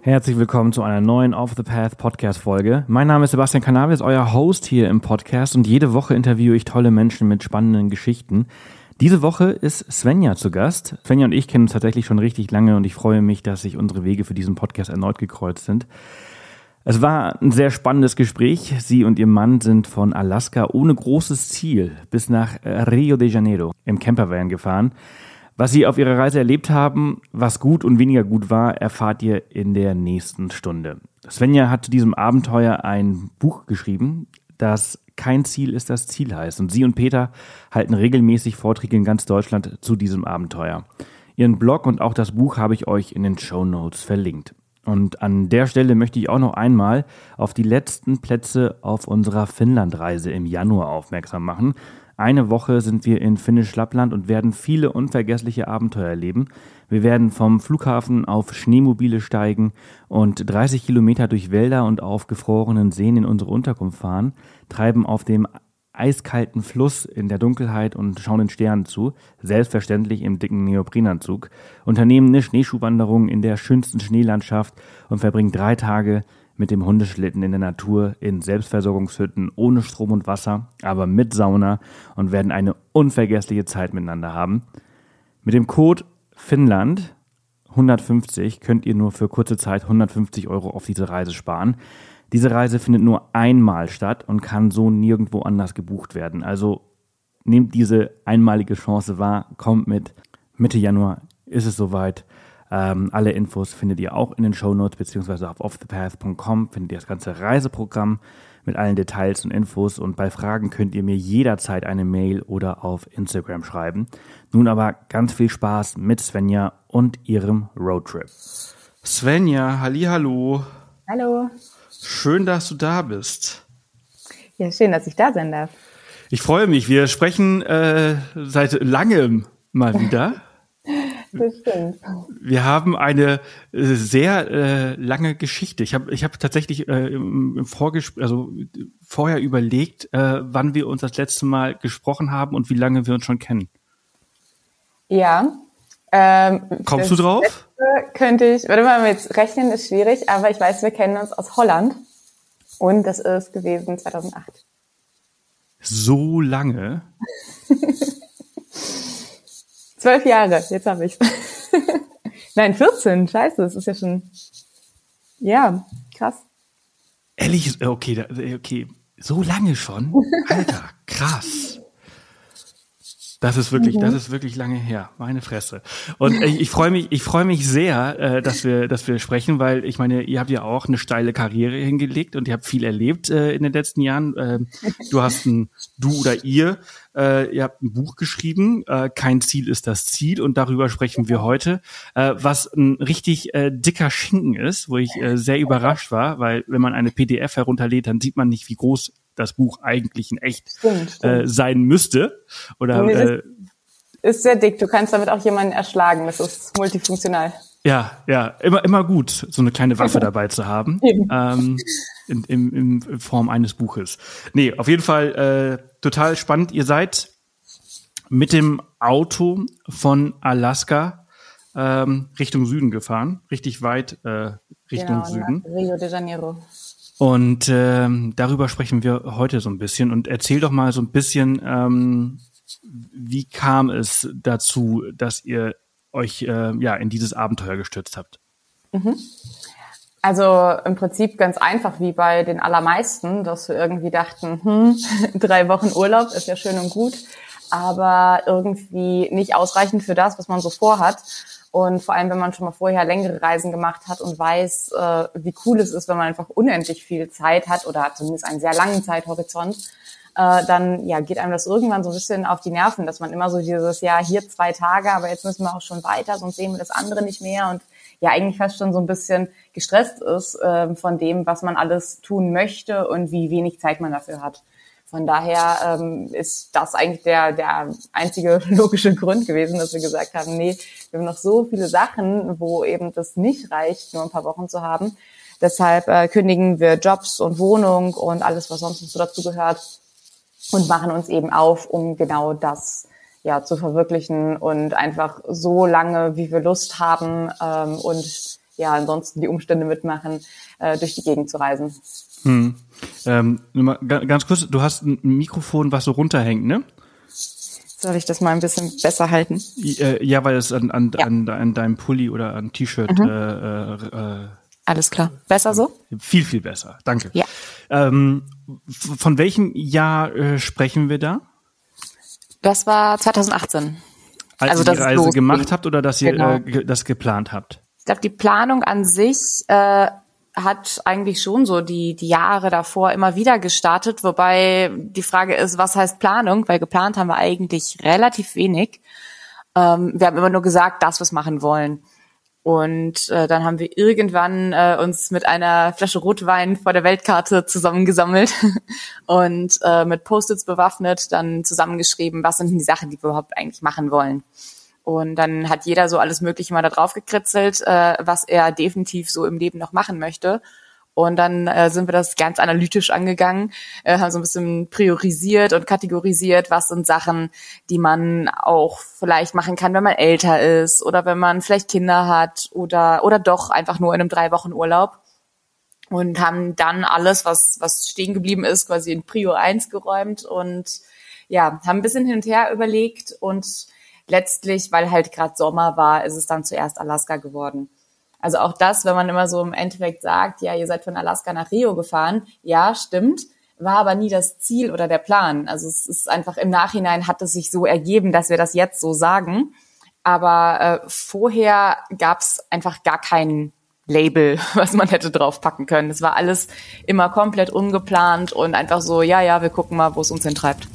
Herzlich willkommen zu einer neuen Off the Path Podcast-Folge. Mein Name ist Sebastian Cannavis, euer Host hier im Podcast, und jede Woche interviewe ich tolle Menschen mit spannenden Geschichten. Diese Woche ist Svenja zu Gast. Svenja und ich kennen uns tatsächlich schon richtig lange und ich freue mich, dass sich unsere Wege für diesen Podcast erneut gekreuzt sind. Es war ein sehr spannendes Gespräch. Sie und ihr Mann sind von Alaska ohne großes Ziel bis nach Rio de Janeiro im Campervan gefahren. Was sie auf ihrer Reise erlebt haben, was gut und weniger gut war, erfahrt ihr in der nächsten Stunde. Svenja hat zu diesem Abenteuer ein Buch geschrieben, das Kein Ziel ist das Ziel heißt. Und sie und Peter halten regelmäßig Vorträge in ganz Deutschland zu diesem Abenteuer. Ihren Blog und auch das Buch habe ich euch in den Shownotes verlinkt. Und an der Stelle möchte ich auch noch einmal auf die letzten Plätze auf unserer Finnlandreise im Januar aufmerksam machen. Eine Woche sind wir in Finnisch-Lappland und werden viele unvergessliche Abenteuer erleben. Wir werden vom Flughafen auf Schneemobile steigen und 30 Kilometer durch Wälder und auf gefrorenen Seen in unsere Unterkunft fahren, treiben auf dem eiskalten Fluss in der Dunkelheit und schauen den Sternen zu, selbstverständlich im dicken Neoprenanzug, unternehmen eine Schneeschuhwanderung in der schönsten Schneelandschaft und verbringen 3 Tage mit dem Hundeschlitten in der Natur, in Selbstversorgungshütten, ohne Strom und Wasser, aber mit Sauna, und werden eine unvergessliche Zeit miteinander haben. Mit dem Code Finnland 150 könnt ihr nur für kurze Zeit 150 € auf diese Reise sparen. Diese Reise findet nur einmal statt und kann so nirgendwo anders gebucht werden. Also nehmt diese einmalige Chance wahr, kommt mit. Mitte Januar ist es soweit. Alle Infos findet ihr auch in den Shownotes beziehungsweise auf offthepath.com findet ihr das ganze Reiseprogramm mit allen Details und Infos, und bei Fragen könnt ihr mir jederzeit eine Mail oder auf Instagram schreiben. Nun aber ganz viel Spaß mit Svenja und ihrem Roadtrip. Svenja, hallihallo. Hallo. Schön, dass du da bist. Ja, schön, dass ich da sein darf. Ich freue mich. Wir sprechen seit langem mal wieder. Das stimmt. Wir haben eine sehr lange Geschichte. Ich hab tatsächlich im Vorgespräch, also vorher überlegt, wann wir uns das letzte Mal gesprochen haben und wie lange wir uns schon kennen. Ja. Kommst du drauf? Könnte ich, warte mal, jetzt rechnen ist schwierig, aber ich weiß, wir kennen uns aus Holland und das ist gewesen 2008. So lange? 12 Jahre, jetzt habe ich's. Nein, 14, scheiße, das ist ja schon, ja, krass. Ehrlich, okay, so lange schon? Alter, krass. Das ist wirklich lange her, meine Fresse. Und ich freue mich sehr, dass wir sprechen, weil ich meine, ihr habt ja auch eine steile Karriere hingelegt und ihr habt viel erlebt in den letzten Jahren. Ihr habt ein Buch geschrieben, Kein Ziel ist das Ziel, und darüber sprechen wir heute, was ein richtig dicker Schinken ist, wo ich sehr überrascht war, weil wenn man eine PDF herunterlädt, dann sieht man nicht, wie groß das Buch eigentlich in echt Stimmt. sein müsste. Oder ist sehr dick, du kannst damit auch jemanden erschlagen, das ist multifunktional. Ja, immer gut, so eine kleine Waffe dabei zu haben, in Form eines Buches. Nee, auf jeden Fall total spannend. Ihr seid mit dem Auto von Alaska Richtung Süden gefahren, richtig weit Richtung Süden. Rio de Janeiro. Und darüber sprechen wir heute so ein bisschen. Und erzähl doch mal so ein bisschen, wie kam es dazu, dass ihr euch in dieses Abenteuer gestürzt habt? Also im Prinzip ganz einfach wie bei den allermeisten, dass wir irgendwie dachten, 3 Wochen Urlaub ist ja schön und gut, aber irgendwie nicht ausreichend für das, was man so vorhat. Und vor allem, wenn man schon mal vorher längere Reisen gemacht hat und weiß, wie cool es ist, wenn man einfach unendlich viel Zeit hat oder zumindest einen sehr langen Zeithorizont, dann geht einem das irgendwann so ein bisschen auf die Nerven, dass man immer so dieses, hier 2 Tage, aber jetzt müssen wir auch schon weiter, sonst sehen wir das andere nicht mehr, und eigentlich fast schon so ein bisschen gestresst ist von dem, was man alles tun möchte und wie wenig Zeit man dafür hat. Von daher ist das eigentlich der einzige logische Grund gewesen, dass wir gesagt haben, nee, wir haben noch so viele Sachen, wo eben das nicht reicht, nur ein paar Wochen zu haben. Deshalb kündigen wir Jobs und Wohnung und alles, was sonst noch so dazu gehört, und machen uns eben auf, um genau das zu verwirklichen und einfach so lange, wie wir Lust haben und ja, ansonsten die Umstände mitmachen, durch die Gegend zu reisen. Ganz kurz, du hast ein Mikrofon, was so runterhängt, ne? Soll ich das mal ein bisschen besser halten? Ja, weil es an deinem Pulli oder an T-Shirt Alles klar. Besser so? Viel, viel besser. Danke. Ja. Von welchem Jahr sprechen wir da? Das war 2018. Als ihr die Reise gemacht habt oder dass ihr das geplant habt? Ich glaube, die Planung an sich hat eigentlich schon so die Jahre davor immer wieder gestartet, wobei die Frage ist, was heißt Planung? Weil geplant haben wir eigentlich relativ wenig. Wir haben immer nur gesagt, dass wir es machen wollen. Und dann haben wir irgendwann uns mit einer Flasche Rotwein vor der Weltkarte zusammengesammelt und mit Post-its bewaffnet dann zusammengeschrieben, was sind denn die Sachen, die wir überhaupt eigentlich machen wollen. Und dann hat jeder so alles Mögliche mal da drauf gekritzelt, was er definitiv so im Leben noch machen möchte. Und dann sind wir das ganz analytisch angegangen, haben so ein bisschen priorisiert und kategorisiert, was sind Sachen, die man auch vielleicht machen kann, wenn man älter ist oder wenn man vielleicht Kinder hat oder doch einfach nur in einem 3-Wochen-Urlaub. Und haben dann alles, was stehen geblieben ist, quasi in Prio 1 geräumt und ja, haben ein bisschen hin und her überlegt und letztlich, weil halt gerade Sommer war, ist es dann zuerst Alaska geworden. Also auch das, wenn man immer so im Endeffekt sagt, ja, ihr seid von Alaska nach Rio gefahren, ja, stimmt, war aber nie das Ziel oder der Plan. Also es ist einfach im Nachhinein hat es sich so ergeben, dass wir das jetzt so sagen. Aber vorher gab es einfach gar kein Label, was man hätte draufpacken können. Es war alles immer komplett ungeplant und einfach so, ja, wir gucken mal, wo es uns hintreibt.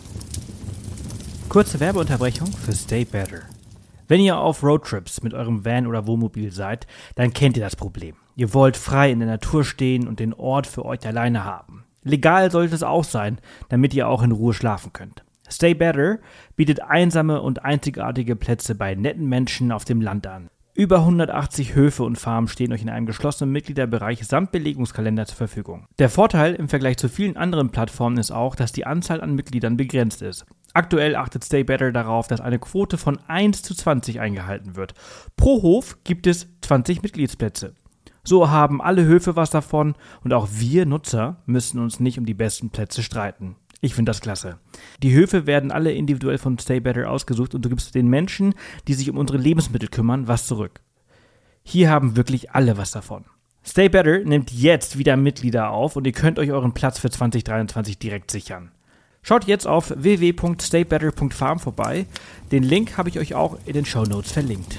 Kurze Werbeunterbrechung für Stay Better. Wenn ihr auf Roadtrips mit eurem Van oder Wohnmobil seid, dann kennt ihr das Problem. Ihr wollt frei in der Natur stehen und den Ort für euch alleine haben. Legal sollte es auch sein, damit ihr auch in Ruhe schlafen könnt. Stay Better bietet einsame und einzigartige Plätze bei netten Menschen auf dem Land an. Über 180 Höfe und Farmen stehen euch in einem geschlossenen Mitgliederbereich samt Belegungskalender zur Verfügung. Der Vorteil im Vergleich zu vielen anderen Plattformen ist auch, dass die Anzahl an Mitgliedern begrenzt ist. Aktuell achtet Stay Better darauf, dass eine Quote von 1:20 eingehalten wird. Pro Hof gibt es 20 Mitgliedsplätze. So haben alle Höfe was davon und auch wir Nutzer müssen uns nicht um die besten Plätze streiten. Ich finde das klasse. Die Höfe werden alle individuell von Stay Better ausgesucht und du gibst den Menschen, die sich um unsere Lebensmittel kümmern, was zurück. Hier haben wirklich alle was davon. Stay Better nimmt jetzt wieder Mitglieder auf und ihr könnt euch euren Platz für 2023 direkt sichern. Schaut jetzt auf www.staybetter.farm vorbei. Den Link habe ich euch auch in den Shownotes verlinkt.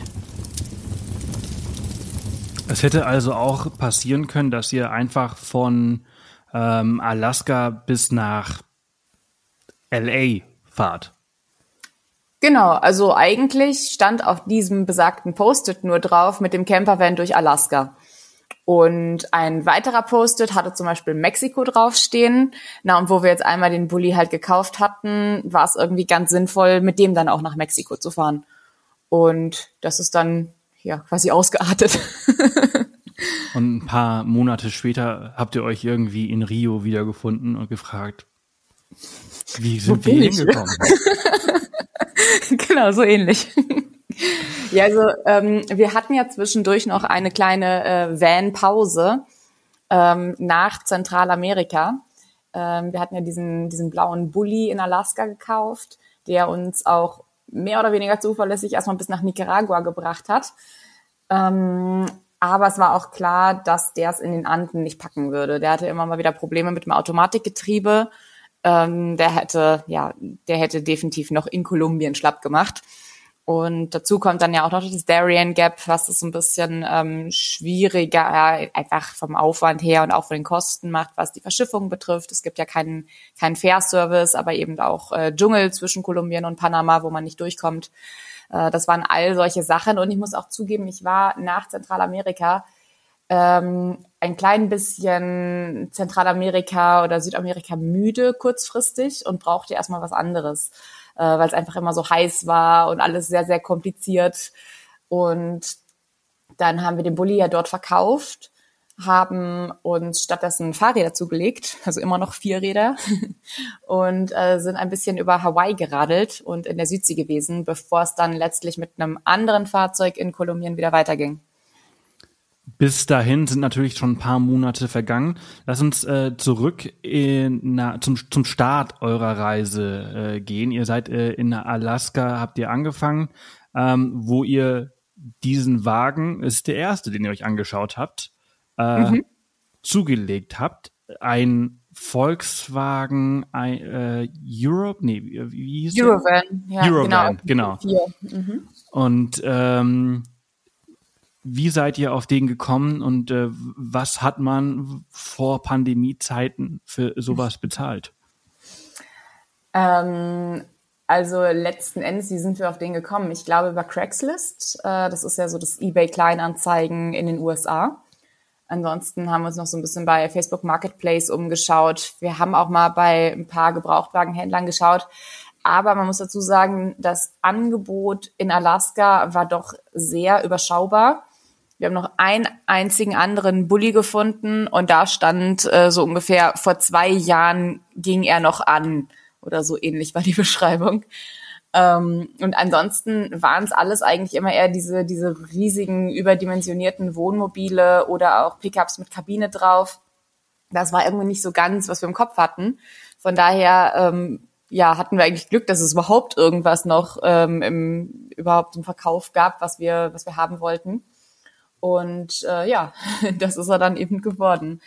Es hätte also auch passieren können, dass ihr einfach von Alaska bis nach LA fahrt. Genau, also eigentlich stand auf diesem besagten Post-it nur drauf mit dem Campervan durch Alaska. Und ein weiterer Post-it hatte zum Beispiel Mexiko draufstehen. Na, und wo wir jetzt einmal den Bulli halt gekauft hatten, war es irgendwie ganz sinnvoll, mit dem dann auch nach Mexiko zu fahren. Und das ist dann ja quasi ausgeartet. Und ein paar Monate später habt ihr euch irgendwie in Rio wiedergefunden und gefragt, wie sind wir hingekommen? Genau, so ähnlich. Ja, also wir hatten ja zwischendurch noch eine kleine Van-Pause nach Zentralamerika. Wir hatten ja diesen blauen Bulli in Alaska gekauft, der uns auch mehr oder weniger zuverlässig erstmal bis nach Nicaragua gebracht hat. Aber es war auch klar, dass der es in den Anden nicht packen würde. Der hatte immer mal wieder Probleme mit dem Automatikgetriebe. Der hätte definitiv noch in Kolumbien schlapp gemacht. Und dazu kommt dann ja auch noch das Darien Gap, was es ein bisschen schwieriger einfach vom Aufwand her und auch von den Kosten macht, was die Verschiffung betrifft. Es gibt ja keinen Fährservice, aber eben auch Dschungel zwischen Kolumbien und Panama, wo man nicht durchkommt. Das waren all solche Sachen. Und ich muss auch zugeben, ich war nach Zentralamerika ein klein bisschen Zentralamerika oder Südamerika müde kurzfristig und brauchte erstmal was anderes, weil es einfach immer so heiß war und alles sehr, sehr kompliziert. Und dann haben wir den Bulli ja dort verkauft, haben uns stattdessen Fahrräder zugelegt, also immer noch 4 Räder und sind ein bisschen über Hawaii geradelt und in der Südsee gewesen, bevor es dann letztlich mit einem anderen Fahrzeug in Kolumbien wieder weiterging. Bis dahin sind natürlich schon ein paar Monate vergangen. Lass uns zurück zum Start eurer Reise gehen. Ihr seid in Alaska, habt ihr angefangen, wo ihr diesen Wagen, ist der erste, den ihr euch angeschaut habt, zugelegt habt. Ein Volkswagen Europe, nee, wie hieß der? Eurovan, ja, Eurovan, genau. Mhm. Und wie seid ihr auf den gekommen und was hat man vor Pandemiezeiten für sowas bezahlt? Also letzten Endes, wie sind wir auf den gekommen? Ich glaube über Craigslist. Das ist ja so das eBay Kleinanzeigen in den USA. Ansonsten haben wir uns noch so ein bisschen bei Facebook Marketplace umgeschaut. Wir haben auch mal bei ein paar Gebrauchtwagenhändlern geschaut. Aber man muss dazu sagen, das Angebot in Alaska war doch sehr überschaubar. Wir haben noch einen einzigen anderen Bulli gefunden und da stand so ungefähr vor 2 Jahren ging er noch an oder so ähnlich war die Beschreibung. Und ansonsten waren es alles eigentlich immer eher diese riesigen, überdimensionierten Wohnmobile oder auch Pickups mit Kabine drauf. Das war irgendwie nicht so ganz, was wir im Kopf hatten. Von daher hatten wir eigentlich Glück, dass es überhaupt irgendwas noch überhaupt im Verkauf gab, was wir haben wollten. Und das ist er dann eben geworden.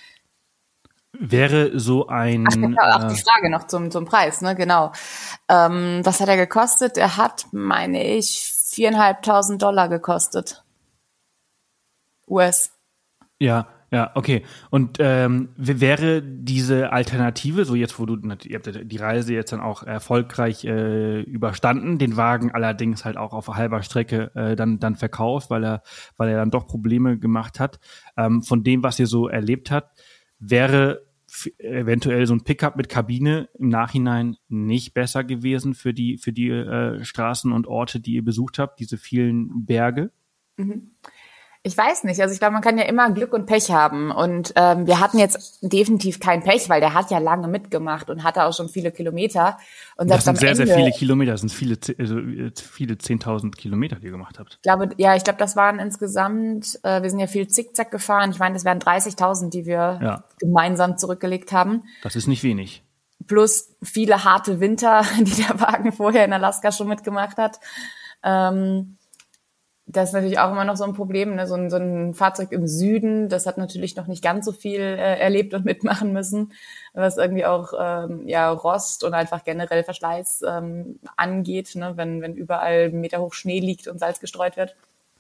Wäre so ein... Ach, die Frage noch zum Preis, ne, genau. Was hat er gekostet? Er hat, meine ich, $4.500 gekostet. US. Ja, okay. Und wäre diese Alternative, so jetzt, wo ihr habt die Reise jetzt dann auch erfolgreich überstanden, den Wagen allerdings halt auch auf halber Strecke dann verkauft, weil er dann doch Probleme gemacht hat. Von dem, was ihr so erlebt habt, wäre eventuell so ein Pickup mit Kabine im Nachhinein nicht besser gewesen für die Straßen und Orte, die ihr besucht habt, diese vielen Berge? Ich weiß nicht. Also ich glaube, man kann ja immer Glück und Pech haben. Und wir hatten jetzt definitiv kein Pech, weil der hat ja lange mitgemacht und hatte auch schon viele Kilometer. Und das sind sehr, sehr viele Kilometer. Das sind viele 10.000 Kilometer, die ihr gemacht habt. Ich glaube, das waren insgesamt, wir sind ja viel Zickzack gefahren. Ich meine, das wären 30.000, die wir gemeinsam zurückgelegt haben. Das ist nicht wenig. Plus viele harte Winter, die der Wagen vorher in Alaska schon mitgemacht hat. Das ist natürlich auch immer noch so ein Problem, ne? So ein Fahrzeug im Süden, das hat natürlich noch nicht ganz so viel erlebt und mitmachen müssen, was irgendwie auch Rost und einfach generell Verschleiß angeht, ne? Wenn überall Meter hoch Schnee liegt und Salz gestreut wird.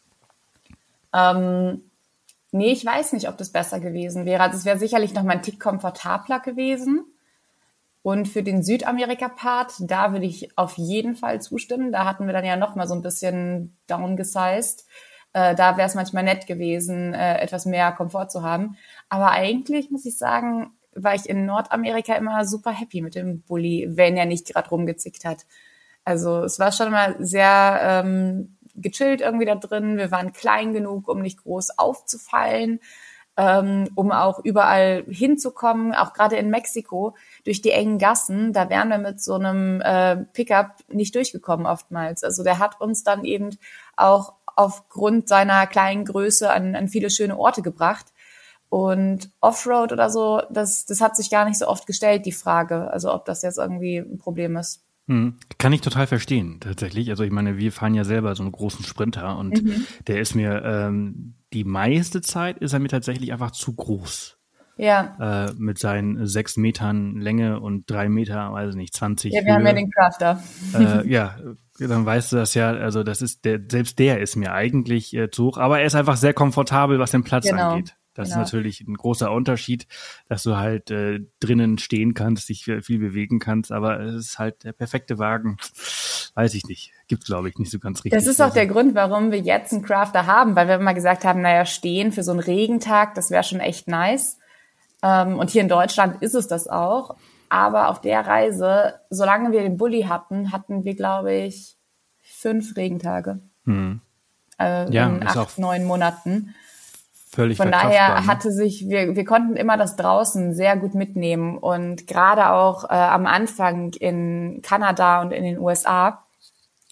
Nee, ich weiß nicht, ob das besser gewesen wäre. Also es wäre sicherlich noch mal ein Tick komfortabler gewesen. Und für den Südamerika-Part, da würde ich auf jeden Fall zustimmen. Da hatten wir dann ja noch mal so ein bisschen downgesized. Da wäre es manchmal nett gewesen, etwas mehr Komfort zu haben. Aber eigentlich, muss ich sagen, war ich in Nordamerika immer super happy mit dem Bulli, wenn er nicht gerade rumgezickt hat. Also es war schon mal sehr gechillt irgendwie da drin. Wir waren klein genug, um nicht groß aufzufallen. Um auch überall hinzukommen, auch gerade in Mexiko, durch die engen Gassen, da wären wir mit so einem Pickup nicht durchgekommen oftmals. Also der hat uns dann eben auch aufgrund seiner kleinen Größe an viele schöne Orte gebracht. Und Offroad oder so, das hat sich gar nicht so oft gestellt, die Frage, also ob das jetzt irgendwie ein Problem ist. Kann ich total verstehen, tatsächlich. Also ich meine, wir fahren ja selber so einen großen Sprinter und der ist mir, die meiste Zeit ist er mir tatsächlich einfach zu groß. Ja. Mit seinen 6 Metern Länge und 3 Meter, weiß nicht, 20 Ja, wir haben ja den Crafter. Dann weißt du das ja, also das ist selbst der ist mir eigentlich zu hoch, aber er ist einfach sehr komfortabel, was den Platz angeht. Das ist natürlich ein großer Unterschied, dass du halt drinnen stehen kannst, dich viel bewegen kannst, aber es ist halt der perfekte Wagen. Weiß ich nicht. Gibt's, glaube ich, nicht so ganz richtig. Das ist auch der Grund, warum wir jetzt einen Crafter haben, weil wir immer gesagt haben, naja, stehen für so einen Regentag, das wäre schon echt nice. Und hier in Deutschland ist es das auch. Aber auf der Reise, solange wir den Bulli hatten wir, glaube ich, 5 Regentage. In 8, 9 Monaten. Völlig Von daher wir konnten immer das draußen sehr gut mitnehmen und gerade auch am Anfang in Kanada und in den USA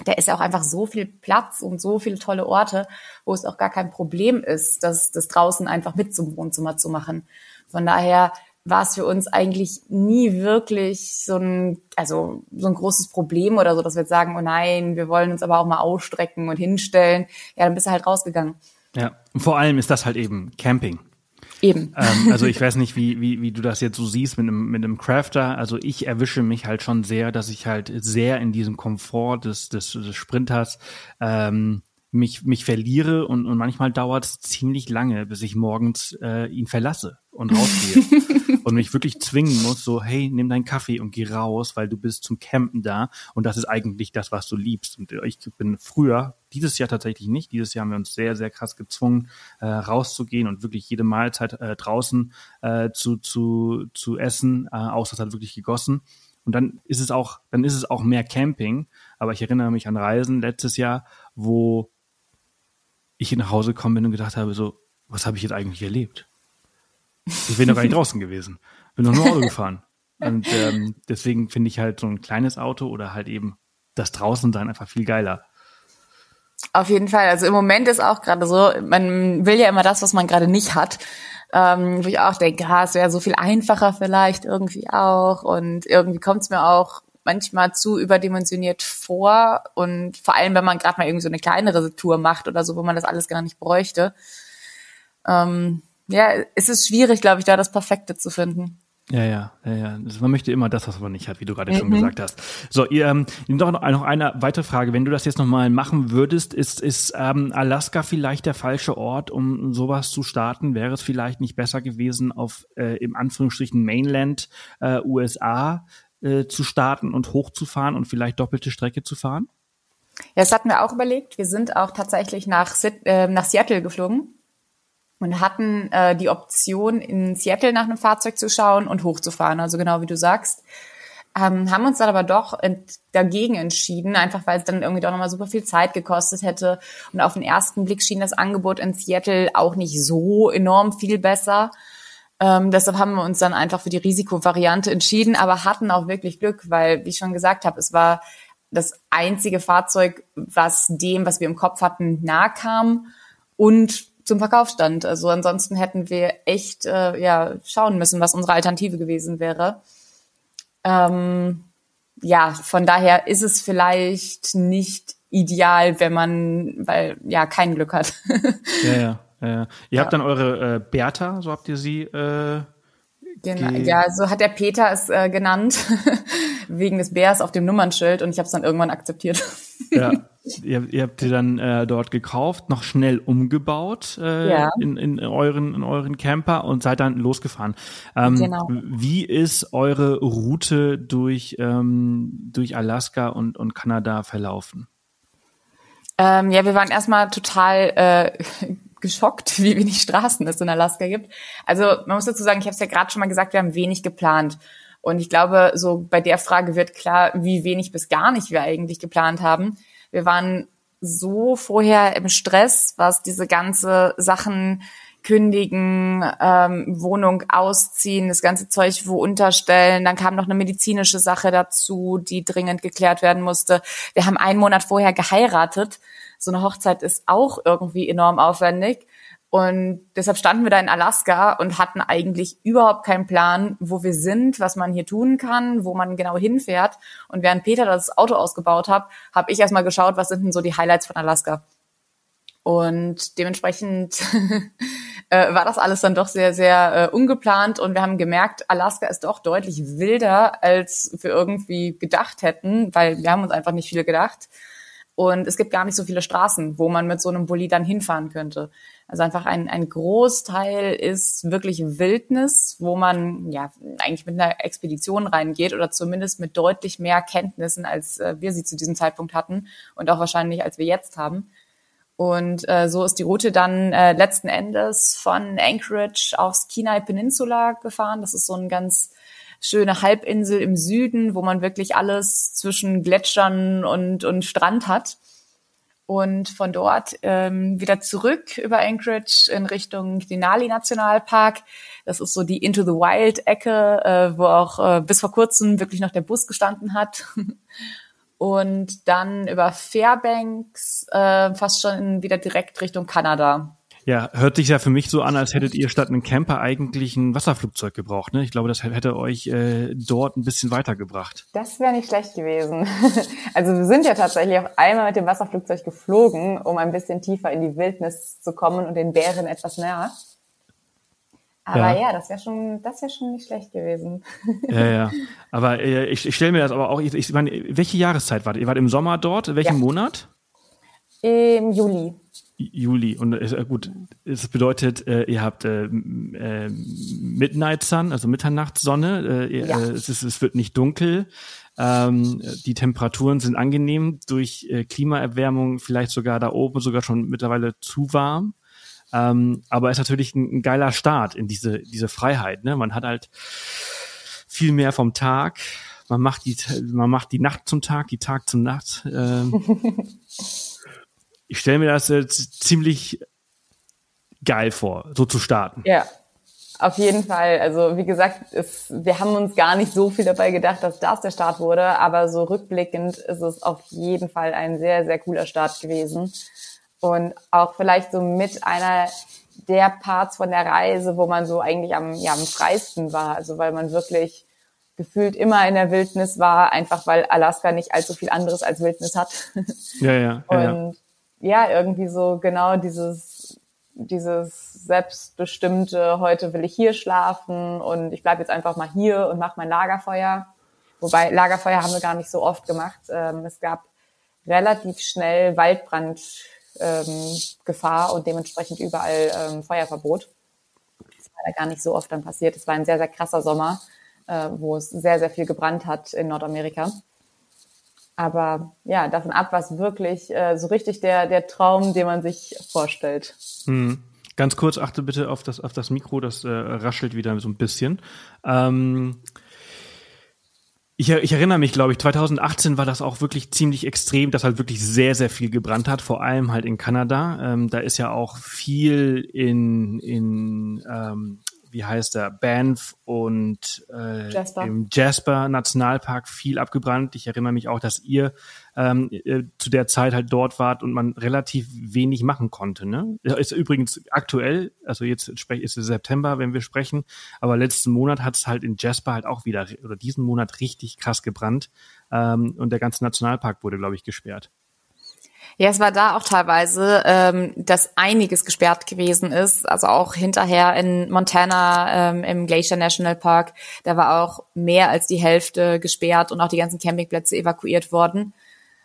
da ist ja auch einfach so viel Platz und so viele tolle Orte, wo es auch gar kein Problem ist, das draußen einfach mit zum Wohnzimmer zu machen. Von daher war es für uns eigentlich nie wirklich so ein großes Problem oder so, dass wir jetzt sagen, oh nein, wir wollen uns aber auch mal ausstrecken und hinstellen. Ja, dann bist du halt rausgegangen. Ja, und vor allem ist das halt eben Camping. Eben. Also ich weiß nicht, wie du das jetzt so siehst mit einem Crafter. Also ich erwische mich halt schon sehr, dass ich halt sehr in diesem Komfort des Sprinters mich verliere und manchmal dauert es ziemlich lange, bis ich morgens ihn verlasse und rausgehe und mich wirklich zwingen muss, so hey, nimm deinen Kaffee und geh raus, weil du bist zum Campen da und das ist eigentlich das, was du liebst. Und ich bin früher, dieses Jahr tatsächlich nicht, dieses Jahr haben wir uns sehr, sehr krass gezwungen, rauszugehen und wirklich jede Mahlzeit draußen zu essen, außer es hat wirklich gegossen. Und dann ist es auch mehr Camping, aber ich erinnere mich an Reisen letztes Jahr, wo ich nach Hause gekommen bin und gedacht habe, so, was habe ich jetzt eigentlich erlebt? Ich bin doch gar nicht draußen gewesen. Bin doch nur Auto gefahren. Und deswegen finde ich halt so ein kleines Auto oder halt eben das Draußensein einfach viel geiler. Auf jeden Fall. Also im Moment ist auch gerade so, man will ja immer das, was man gerade nicht hat. Wo ich auch denke, es wäre so viel einfacher vielleicht irgendwie auch. Und irgendwie kommt es mir auch manchmal zu überdimensioniert vor. Und vor allem, wenn man gerade mal irgendwie so eine kleinere Tour macht oder so, wo man das alles gar nicht bräuchte. Es ist schwierig, glaube ich, da das Perfekte zu finden. Ja. Also man möchte immer das, was man nicht hat, wie du gerade schon gesagt hast. So, doch noch eine weitere Frage. Wenn du das jetzt nochmal machen würdest, ist Alaska vielleicht der falsche Ort, um sowas zu starten? Wäre es vielleicht nicht besser gewesen, auf im Anführungsstrichen Mainland USA zu starten und hochzufahren und vielleicht doppelte Strecke zu fahren? Ja, das hatten wir auch überlegt. Wir sind auch tatsächlich nach Seattle geflogen. Und hatten die Option, in Seattle nach einem Fahrzeug zu schauen und hochzufahren, also genau wie du sagst. Haben uns dann aber doch dagegen entschieden, einfach weil es dann irgendwie doch nochmal super viel Zeit gekostet hätte. Und auf den ersten Blick schien das Angebot in Seattle auch nicht so enorm viel besser. Deshalb haben wir uns dann einfach für die Risikovariante entschieden, aber hatten auch wirklich Glück, weil, wie ich schon gesagt habe, es war das einzige Fahrzeug, was dem, was wir im Kopf hatten, nahe kam und zum Verkauf stand. Also ansonsten hätten wir echt schauen müssen, was unsere Alternative gewesen wäre. Von daher ist es vielleicht nicht ideal, wenn man kein Glück hat. Ja. Ihr habt dann eure Bertha, so habt ihr sie Genau, so hat der Peter es genannt, wegen des Bärs auf dem Nummernschild und ich habe es dann irgendwann akzeptiert. Ja, ihr habt sie dann dort gekauft, noch schnell umgebaut in euren Camper und seid dann losgefahren. Genau. Wie ist eure Route durch Alaska und Kanada verlaufen? Wir waren erstmal total geschockt, wie wenig Straßen es in Alaska gibt. Also man muss dazu sagen, ich habe es ja gerade schon mal gesagt, wir haben wenig geplant. Und ich glaube, so bei der Frage wird klar, wie wenig bis gar nicht wir eigentlich geplant haben. Wir waren so vorher im Stress, was diese ganze Sachen kündigen, Wohnung ausziehen, das ganze Zeug wo unterstellen. Dann kam noch eine medizinische Sache dazu, die dringend geklärt werden musste. Wir haben 1 Monat vorher geheiratet. So eine Hochzeit ist auch irgendwie enorm aufwendig. Und deshalb standen wir da in Alaska und hatten eigentlich überhaupt keinen Plan, wo wir sind, was man hier tun kann, wo man genau hinfährt. Und während Peter das Auto ausgebaut hat, habe ich erstmal geschaut, was sind denn so die Highlights von Alaska. Und dementsprechend war das alles dann doch sehr, sehr ungeplant. Und wir haben gemerkt, Alaska ist doch deutlich wilder, als wir irgendwie gedacht hätten, weil wir haben uns einfach nicht viel gedacht. Und es gibt gar nicht so viele Straßen, wo man mit so einem Bulli dann hinfahren könnte. Also einfach ein Großteil ist wirklich Wildnis, wo man ja eigentlich mit einer Expedition reingeht oder zumindest mit deutlich mehr Kenntnissen, als wir sie zu diesem Zeitpunkt hatten und auch wahrscheinlich, als wir jetzt haben. Und so ist die Route dann letzten Endes von Anchorage aufs Kenai Peninsula gefahren. Das ist so ein ganz schöne Halbinsel im Süden, wo man wirklich alles zwischen Gletschern und Strand hat. Und von dort wieder zurück über Anchorage in Richtung Denali Nationalpark. Das ist so die Into the Wild Ecke, wo auch bis vor kurzem wirklich noch der Bus gestanden hat. und dann über Fairbanks fast schon wieder direkt Richtung Kanada. Ja, hört sich ja für mich so an, als hättet ihr statt einem Camper eigentlich ein Wasserflugzeug gebraucht, ne? Ich glaube, das hätte euch dort ein bisschen weitergebracht. Das wäre nicht schlecht gewesen. Also wir sind ja tatsächlich auch einmal mit dem Wasserflugzeug geflogen, um ein bisschen tiefer in die Wildnis zu kommen und den Bären etwas näher. Aber ja, das wäre schon nicht schlecht gewesen. Ja. Aber ich stelle mir das aber auch, ich meine, welche Jahreszeit wart ihr? Ihr wart im Sommer dort? Welchen Monat? Im Juli. Juli. Und gut, es bedeutet, ihr habt Midnight Sun, also Mitternachtssonne. Es wird nicht dunkel. Die Temperaturen sind angenehm. Durch Klimaerwärmung vielleicht sogar da oben sogar schon mittlerweile zu warm. Aber es ist natürlich ein geiler Start in diese Freiheit. Ne? Man hat halt viel mehr vom Tag. Man macht die Nacht zum Tag, die Tag zum Nacht. Ich stelle mir das jetzt ziemlich geil vor, so zu starten. Ja, auf jeden Fall. Also wie gesagt, wir haben uns gar nicht so viel dabei gedacht, dass das der Start wurde. Aber so rückblickend ist es auf jeden Fall ein sehr, sehr cooler Start gewesen. Und auch vielleicht so mit einer der Parts von der Reise, wo man so eigentlich am freisten war. Also weil man wirklich gefühlt immer in der Wildnis war, einfach weil Alaska nicht allzu viel anderes als Wildnis hat. Ja. Und irgendwie so genau dieses selbstbestimmte, heute will ich hier schlafen und ich bleibe jetzt einfach mal hier und mache mein Lagerfeuer. Wobei Lagerfeuer haben wir gar nicht so oft gemacht. Es gab relativ schnell Waldbrandgefahr und dementsprechend überall Feuerverbot. Das war da gar nicht so oft dann passiert. Es war ein sehr, sehr krasser Sommer, wo es sehr, sehr viel gebrannt hat in Nordamerika. Aber ja, davon ab, was wirklich so richtig der Traum, den man sich vorstellt. Ganz kurz, achte bitte auf das Mikro, das raschelt wieder so ein bisschen. Ich erinnere mich, glaube ich, 2018 war das auch wirklich ziemlich extrem, dass halt wirklich sehr, sehr viel gebrannt hat, vor allem halt in Kanada. Da ist ja auch viel in wie heißt der, Banff und im Jasper Nationalpark viel abgebrannt. Ich erinnere mich auch, dass ihr zu der Zeit halt dort wart und man relativ wenig machen konnte. Ne? Ist übrigens aktuell, also jetzt ist es September, wenn wir sprechen, aber letzten Monat hat es halt in Jasper halt auch wieder, oder diesen Monat richtig krass gebrannt und der ganze Nationalpark wurde, glaube ich, gesperrt. Ja, es war da auch teilweise, dass einiges gesperrt gewesen ist. Also auch hinterher in Montana im Glacier National Park, da war auch mehr als die Hälfte gesperrt und auch die ganzen Campingplätze evakuiert worden.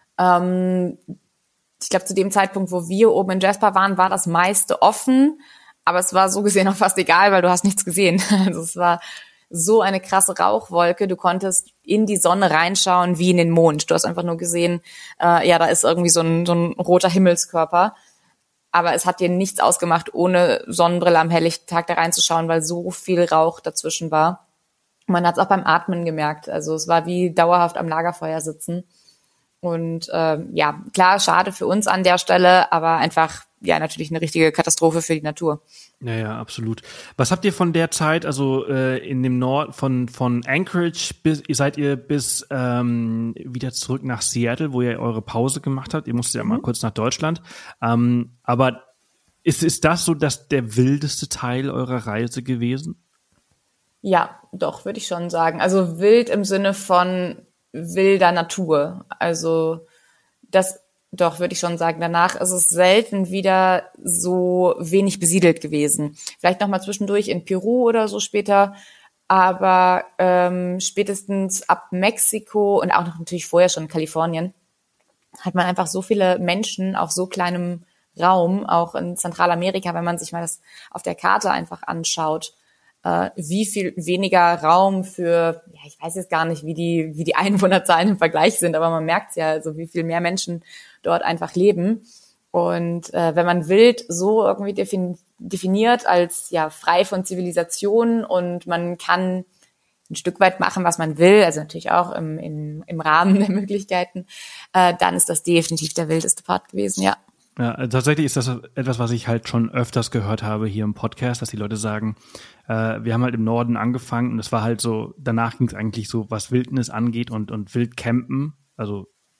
Ich glaube, zu dem Zeitpunkt, wo wir oben in Jasper waren, war das meiste offen. Aber es war so gesehen auch fast egal, weil du hast nichts gesehen. Also es war so eine krasse Rauchwolke. Du konntest in die Sonne reinschauen wie in den Mond. Du hast einfach nur gesehen, da ist irgendwie so ein roter Himmelskörper. Aber es hat dir nichts ausgemacht, ohne Sonnenbrille am helllichten Tag da reinzuschauen, weil so viel Rauch dazwischen war. Man hat es auch beim Atmen gemerkt. Also es war wie dauerhaft am Lagerfeuer sitzen. Und klar, schade für uns an der Stelle, aber einfach natürlich eine richtige Katastrophe für die Natur. Ja, absolut. Was habt ihr von der Zeit, also in dem Nord von Anchorage seid ihr bis wieder zurück nach Seattle, wo ihr eure Pause gemacht habt? Ihr musstet ja mal kurz nach Deutschland. Aber ist das so der wildeste Teil eurer Reise gewesen? Ja, doch, würde ich schon sagen. Also wild im Sinne von wilder Natur. Also das doch, würde ich schon sagen. Danach ist es selten wieder so wenig besiedelt gewesen. Vielleicht noch mal zwischendurch in Peru oder so später, aber spätestens ab Mexiko und auch noch natürlich vorher schon in Kalifornien hat man einfach so viele Menschen auf so kleinem Raum, auch in Zentralamerika, wenn man sich mal das auf der Karte einfach anschaut, wie viel weniger Raum für, ich weiß jetzt gar nicht, wie die Einwohnerzahlen im Vergleich sind, aber man merkt es ja, also wie viel mehr Menschen dort einfach leben. Und wenn man wild so irgendwie definiert als frei von Zivilisation und man kann ein Stück weit machen, was man will, also natürlich auch im Rahmen der Möglichkeiten, dann ist das definitiv der wildeste Part gewesen, ja. Ja, tatsächlich ist das etwas, was ich halt schon öfters gehört habe hier im Podcast, dass die Leute sagen, wir haben halt im Norden angefangen und es war halt so, danach ging es eigentlich so, was Wildnis angeht und Wildcampen, also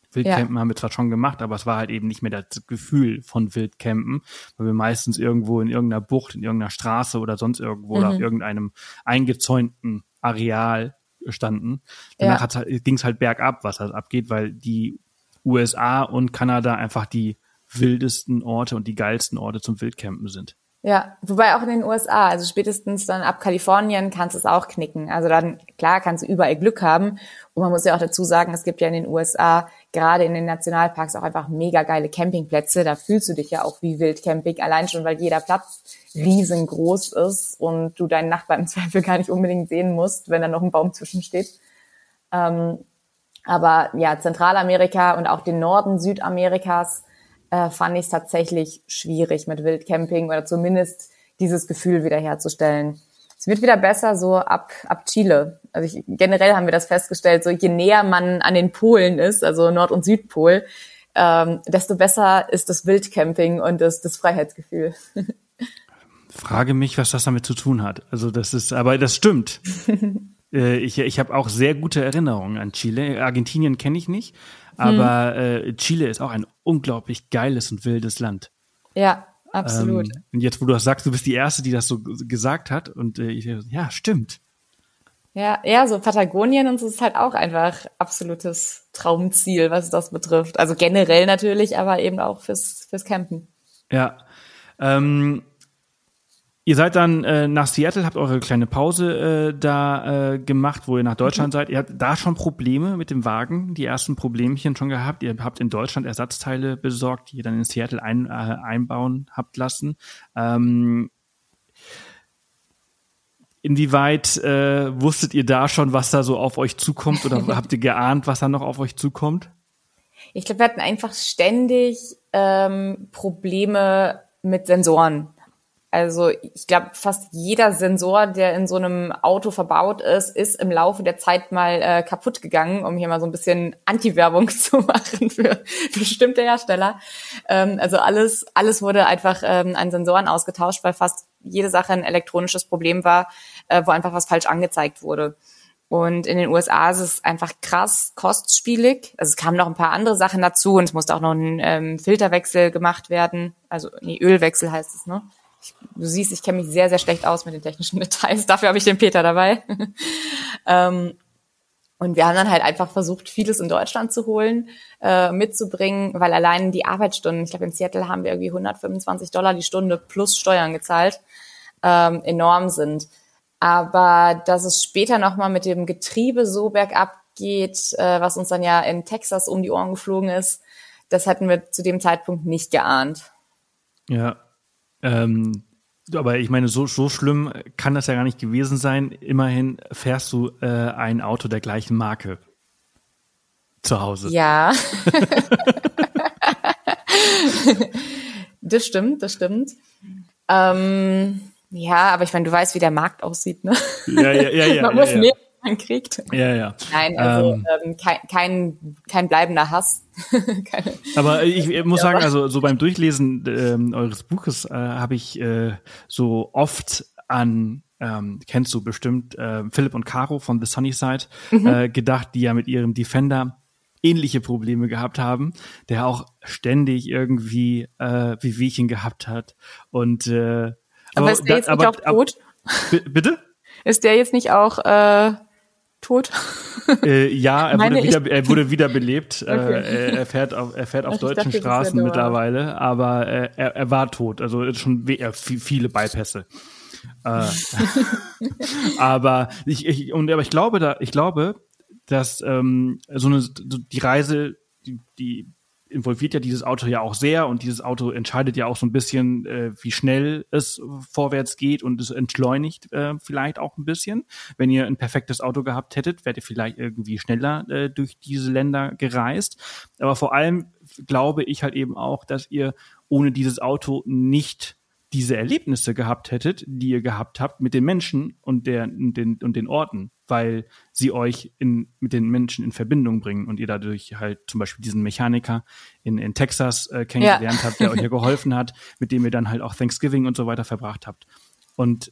Wildcampen haben wir zwar schon gemacht, aber es war halt eben nicht mehr das Gefühl von Wildcampen, weil wir meistens irgendwo in irgendeiner Bucht, in irgendeiner Straße oder sonst irgendwo oder auf irgendeinem eingezäunten Areal standen. Danach ging es halt bergab, was halt abgeht, weil die USA und Kanada einfach die wildesten Orte und die geilsten Orte zum Wildcampen sind. Ja, wobei auch in den USA, also spätestens dann ab Kalifornien kannst du es auch knicken. Also dann, klar, kannst du überall Glück haben. Und man muss ja auch dazu sagen, es gibt ja in den USA, gerade in den Nationalparks, auch einfach mega geile Campingplätze. Da fühlst du dich ja auch wie Wildcamping, allein schon, weil jeder Platz riesengroß ist und du deinen Nachbarn im Zweifel gar nicht unbedingt sehen musst, wenn da noch ein Baum zwischensteht. Aber ja, Zentralamerika und auch den Norden Südamerikas fand ich es tatsächlich schwierig mit Wildcamping oder zumindest dieses Gefühl wiederherzustellen. Es wird wieder besser so ab Chile. Also generell haben wir das festgestellt, so je näher man an den Polen ist, also Nord- und Südpol, desto besser ist das Wildcamping und das Freiheitsgefühl. Frage mich, was das damit zu tun hat. Also aber das stimmt. Ich habe auch sehr gute Erinnerungen an Chile. Argentinien kenne ich nicht, aber Chile ist auch ein unglaublich geiles und wildes Land. Ja, absolut. Und jetzt, wo du das sagst, du bist die Erste, die das so gesagt hat und ja, stimmt. Ja, so Patagonien und so ist halt auch einfach absolutes Traumziel, was das betrifft. Also generell natürlich, aber eben auch fürs Campen. Ja, ihr seid dann nach Seattle, habt eure kleine Pause gemacht, wo ihr nach Deutschland seid. Ihr habt da schon Probleme mit dem Wagen, die ersten Problemchen schon gehabt. Ihr habt in Deutschland Ersatzteile besorgt, die ihr dann in Seattle einbauen habt lassen. Inwieweit wusstet ihr da schon, was da so auf euch zukommt oder habt ihr geahnt, was da noch auf euch zukommt? Ich glaube, wir hatten einfach ständig Probleme mit Sensoren. Also ich glaube, fast jeder Sensor, der in so einem Auto verbaut ist im Laufe der Zeit mal kaputt gegangen, um hier mal so ein bisschen Anti-Werbung zu machen für bestimmte Hersteller. Also alles wurde einfach an Sensoren ausgetauscht, weil fast jede Sache ein elektronisches Problem war, wo einfach was falsch angezeigt wurde. Und in den USA ist es einfach krass kostspielig. Also es kamen noch ein paar andere Sachen dazu und es musste auch noch ein Filterwechsel gemacht werden. Also Ölwechsel heißt es, ne? Du siehst, ich kenne mich sehr, sehr schlecht aus mit den technischen Details. Dafür habe ich den Peter dabei. Und wir haben dann halt einfach versucht, vieles in Deutschland zu holen, mitzubringen, weil allein die Arbeitsstunden, ich glaube in Seattle haben wir irgendwie $125 die Stunde plus Steuern gezahlt, enorm sind. Aber dass es später nochmal mit dem Getriebe so bergab geht, was uns dann ja in Texas um die Ohren geflogen ist, das hatten wir zu dem Zeitpunkt nicht geahnt. Ja. Aber ich meine, so schlimm kann das ja gar nicht gewesen sein. Immerhin fährst du ein Auto der gleichen Marke zu Hause. Ja. Das stimmt. Ja, aber ich meine, du weißt, wie der Markt aussieht, ne? Ja. Man muss mehr, man kriegt. Ja. Nein, also kein bleibender Hass. Aber ich muss sagen, also so beim Durchlesen eures Buches habe ich so oft an, kennst du bestimmt, Philipp und Caro von The Sunny Side gedacht, die ja mit ihrem Defender ähnliche Probleme gehabt haben, der auch ständig irgendwie Wehwehchen gehabt hat. Und aber ist der jetzt nicht auch tot? Bitte? Ist der jetzt nicht auch tot? Ja, er wurde wiederbelebt. Okay. Er fährt auf deutschen Straßen mittlerweile, aber er war tot. Also schon viele Bypässe. Aber ich glaube, dass die Reise, die involviert ja dieses Auto ja auch sehr und dieses Auto entscheidet ja auch so ein bisschen, wie schnell es vorwärts geht und es entschleunigt vielleicht auch ein bisschen. Wenn ihr ein perfektes Auto gehabt hättet, wärt ihr vielleicht irgendwie schneller durch diese Länder gereist. Aber vor allem glaube ich halt eben auch, dass ihr ohne dieses Auto nicht diese Erlebnisse gehabt hättet, die ihr gehabt habt mit den Menschen und den Orten, weil sie euch mit den Menschen in Verbindung bringen und ihr dadurch halt zum Beispiel diesen Mechaniker in Texas kennengelernt habt, der euch ja geholfen hat, mit dem ihr dann halt auch Thanksgiving und so weiter verbracht habt. Und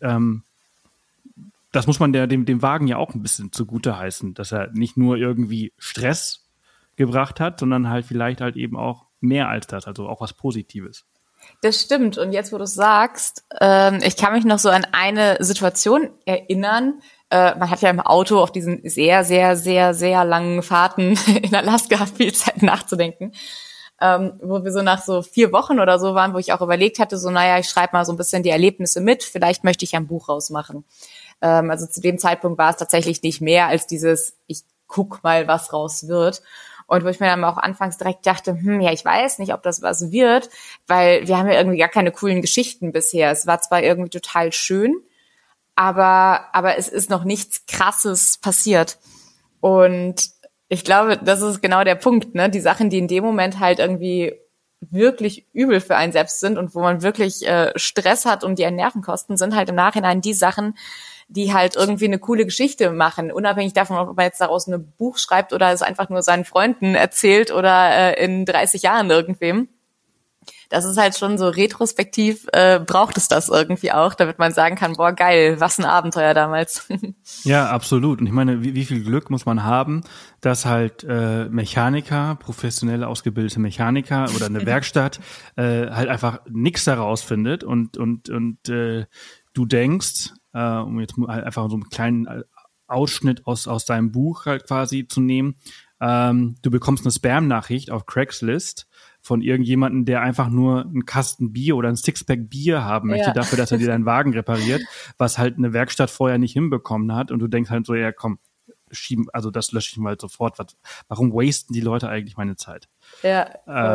das muss man dem Wagen ja auch ein bisschen zugute heißen, dass er nicht nur irgendwie Stress gebracht hat, sondern halt vielleicht halt eben auch mehr als das, also auch was Positives. Das stimmt. Und jetzt, wo du es sagst, ich kann mich noch so an eine Situation erinnern. Man hat ja im Auto auf diesen sehr, sehr, sehr, sehr langen Fahrten in Alaska viel Zeit nachzudenken. Wo wir so nach so 4 Wochen oder so waren, wo ich auch überlegt hatte, so, naja, ich schreibe mal so ein bisschen die Erlebnisse mit, vielleicht möchte ich ein Buch rausmachen. Also zu dem Zeitpunkt war es tatsächlich nicht mehr als dieses, ich guck mal, was raus wird. Und wo ich mir dann auch anfangs direkt dachte, ja, ich weiß nicht, ob das was wird, weil wir haben ja irgendwie gar keine coolen Geschichten bisher. Es war zwar irgendwie total schön, aber es ist noch nichts Krasses passiert. Und ich glaube, das ist genau der Punkt, ne? Die Sachen, die in dem Moment halt irgendwie wirklich übel für einen selbst sind und wo man wirklich Stress hat und die einen Nerven kosten, sind halt im Nachhinein die Sachen, die halt irgendwie eine coole Geschichte machen, unabhängig davon, ob man jetzt daraus ein Buch schreibt oder es einfach nur seinen Freunden erzählt oder in 30 Jahren irgendwem. Das ist halt schon so retrospektiv, braucht es das irgendwie auch, damit man sagen kann, boah, geil, was ein Abenteuer damals. Ja, absolut. Und ich meine, wie viel Glück muss man haben, dass halt Mechaniker, professionell ausgebildete Mechaniker oder eine Werkstatt halt einfach nichts daraus findet und du denkst, um jetzt halt einfach so einen kleinen Ausschnitt aus deinem Buch halt quasi zu nehmen, du bekommst eine Spam-Nachricht auf Craigslist von irgendjemandem, der einfach nur einen Kasten Bier oder ein Sixpack Bier haben möchte, dafür, dass er dir deinen Wagen repariert, was halt eine Werkstatt vorher nicht hinbekommen hat. Und du denkst halt so, ja komm, schieben, also das lösche ich mal sofort. Warum wasten die Leute eigentlich meine Zeit? Ja,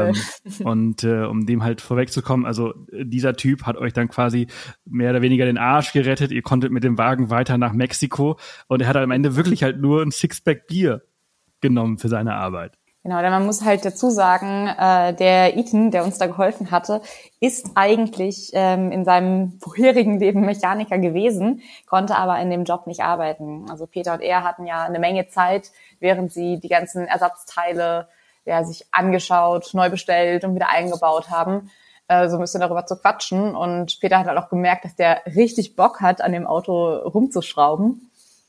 und um dem halt vorwegzukommen, also dieser Typ hat euch dann quasi mehr oder weniger den Arsch gerettet. Ihr konntet mit dem Wagen weiter nach Mexiko und er hat am Ende wirklich halt nur ein Sixpack Bier genommen für seine Arbeit. Genau, denn man muss halt dazu sagen, der Ethan, der uns da geholfen hatte, ist eigentlich in seinem vorherigen Leben Mechaniker gewesen, konnte aber in dem Job nicht arbeiten. Also Peter und er hatten ja eine Menge Zeit, während sie die ganzen Ersatzteile sich angeschaut, neu bestellt und wieder eingebaut haben, so ein bisschen darüber zu quatschen. Und Peter hat halt auch gemerkt, dass der richtig Bock hat, an dem Auto rumzuschrauben.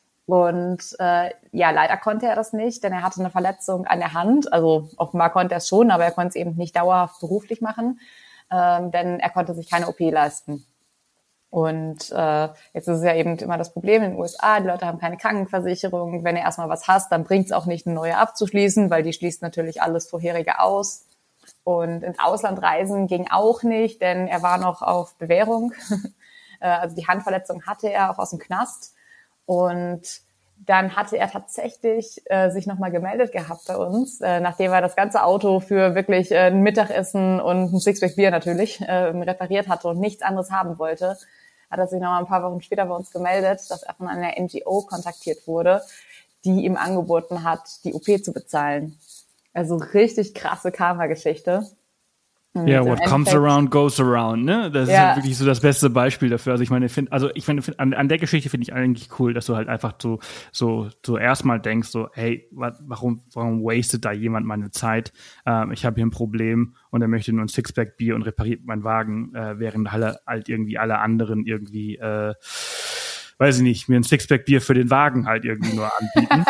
Und leider konnte er das nicht, denn er hatte eine Verletzung an der Hand. Also offenbar konnte er es schon, aber er konnte es eben nicht dauerhaft beruflich machen, denn er konnte sich keine OP leisten. Und jetzt ist es ja eben immer das Problem in den USA, die Leute haben keine Krankenversicherung. Wenn du erstmal was hast, dann bringt es auch nicht, eine neue abzuschließen, weil die schließt natürlich alles Vorherige aus. Und ins Ausland reisen ging auch nicht, denn er war noch auf Bewährung. Also die Handverletzung hatte er auch aus dem Knast. Und dann hatte er tatsächlich sich nochmal gemeldet gehabt bei uns, nachdem er das ganze Auto für wirklich ein Mittagessen und ein Sixpack Bier natürlich repariert hatte und nichts anderes haben wollte, hat er sich nochmal ein paar Wochen später bei uns gemeldet, dass er von einer NGO kontaktiert wurde, die ihm angeboten hat, die OP zu bezahlen. Also richtig krasse Karma-Geschichte. Ja, what comes around goes around, ne? Das ist halt wirklich so das beste Beispiel dafür. Also ich meine, an der Geschichte finde ich eigentlich cool, dass du halt einfach so erstmal denkst, so, hey, warum wastet da jemand meine Zeit? Ich habe hier ein Problem und er möchte nur ein Sixpack Bier und repariert meinen Wagen, während halt irgendwie alle anderen irgendwie, weiß ich nicht, mir ein Sixpack Bier für den Wagen halt irgendwie nur anbieten.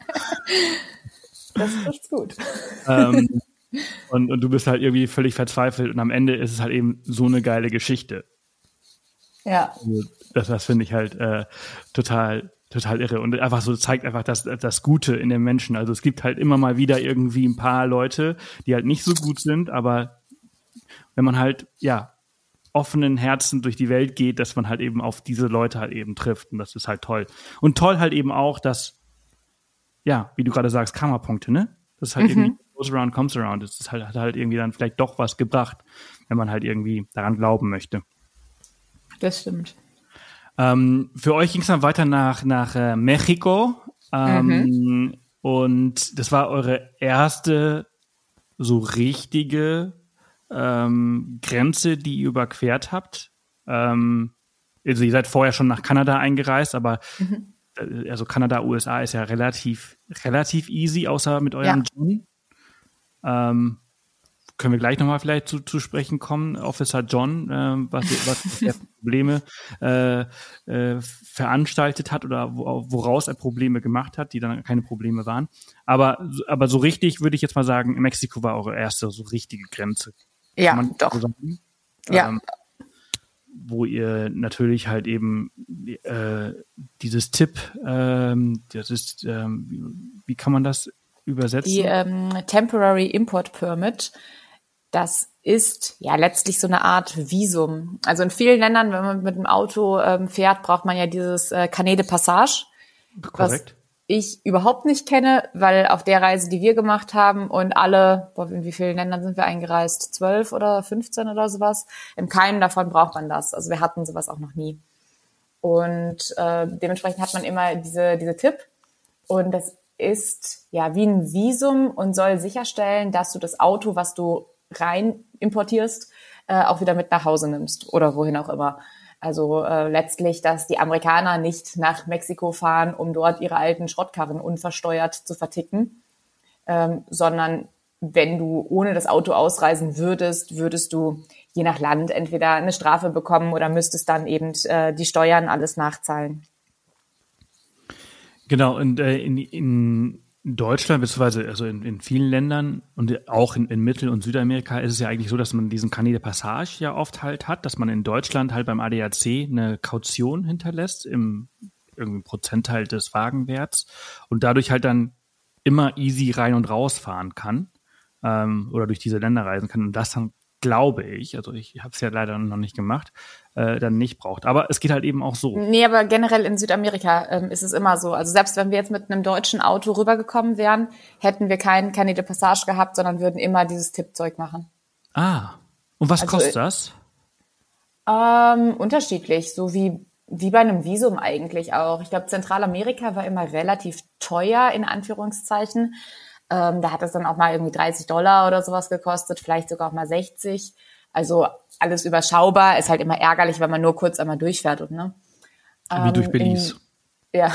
Das trifft's gut. Und du bist halt irgendwie völlig verzweifelt und am Ende ist es halt eben so eine geile Geschichte. Ja. Also das finde ich halt total irre und einfach so zeigt einfach das Gute in den Menschen. Also es gibt halt immer mal wieder irgendwie ein paar Leute, die halt nicht so gut sind, aber wenn man halt, offenen Herzen durch die Welt geht, dass man halt eben auf diese Leute halt eben trifft und das ist halt toll. Und toll halt eben auch, dass, wie du gerade sagst, Karma-Punkte, ne? Das ist halt irgendwie goes around, comes around. Das ist halt, hat halt irgendwie dann vielleicht doch was gebracht, wenn man halt irgendwie daran glauben möchte. Das stimmt. Für euch ging es dann weiter nach Mexiko. Und das war eure erste so richtige Grenze, die ihr überquert habt. Also ihr seid vorher schon nach Kanada eingereist, aber also Kanada, USA ist ja relativ easy, außer mit eurem John. können wir gleich nochmal vielleicht zu sprechen kommen, Officer John, was er Probleme veranstaltet hat oder woraus er Probleme gemacht hat, die dann keine Probleme waren. Aber so richtig würde ich jetzt mal sagen, Mexiko war eure erste so richtige Grenze. Ja, doch. So ja. Wo ihr natürlich halt eben dieses Tipp, das ist, wie kann man das übersetzen? Die Temporary Import Permit, das ist ja letztlich so eine Art Visum. Also in vielen Ländern, wenn man mit dem Auto fährt, braucht man ja dieses Carnet de Passage. Korrekt. Was ich überhaupt nicht kenne, weil auf der Reise, die wir gemacht haben und in wie vielen Ländern sind wir eingereist? 12 oder 15 oder sowas? In keinem davon braucht man das. Also wir hatten sowas auch noch nie. Und dementsprechend hat man immer diese Tipp. Und das ist ja wie ein Visum und soll sicherstellen, dass du das Auto, was du rein importierst, auch wieder mit nach Hause nimmst oder wohin auch immer. Also letztlich, dass die Amerikaner nicht nach Mexiko fahren, um dort ihre alten Schrottkarren unversteuert zu verticken, sondern wenn du ohne das Auto ausreisen würdest du je nach Land entweder eine Strafe bekommen oder müsstest dann eben die Steuern alles nachzahlen. Genau, und in Deutschland, beziehungsweise also in vielen Ländern und auch in Mittel- und Südamerika ist es ja eigentlich so, dass man diesen Carnet de Passage ja oft halt hat, dass man in Deutschland halt beim ADAC eine Kaution hinterlässt im irgendwie Prozentteil des Wagenwerts und dadurch halt dann immer easy rein und raus fahren kann oder durch diese Länder reisen kann und das dann, glaube ich, also ich habe es ja leider noch nicht gemacht, dann nicht braucht. Aber es geht halt eben auch so. Nee, aber generell in Südamerika ist es immer so. Also selbst wenn wir jetzt mit einem deutschen Auto rübergekommen wären, hätten wir kein Carnet de Passage gehabt, sondern würden immer dieses Tippzeug machen. Ah, und was kostet das? Unterschiedlich, so wie bei einem Visum eigentlich auch. Ich glaube, Zentralamerika war immer relativ teuer, in Anführungszeichen. Da hat es dann auch mal irgendwie $30 oder sowas gekostet, vielleicht sogar auch mal 60. Also alles überschaubar, ist halt immer ärgerlich, wenn man nur kurz einmal durchfährt. Ne? Wie durch Belize. Ja.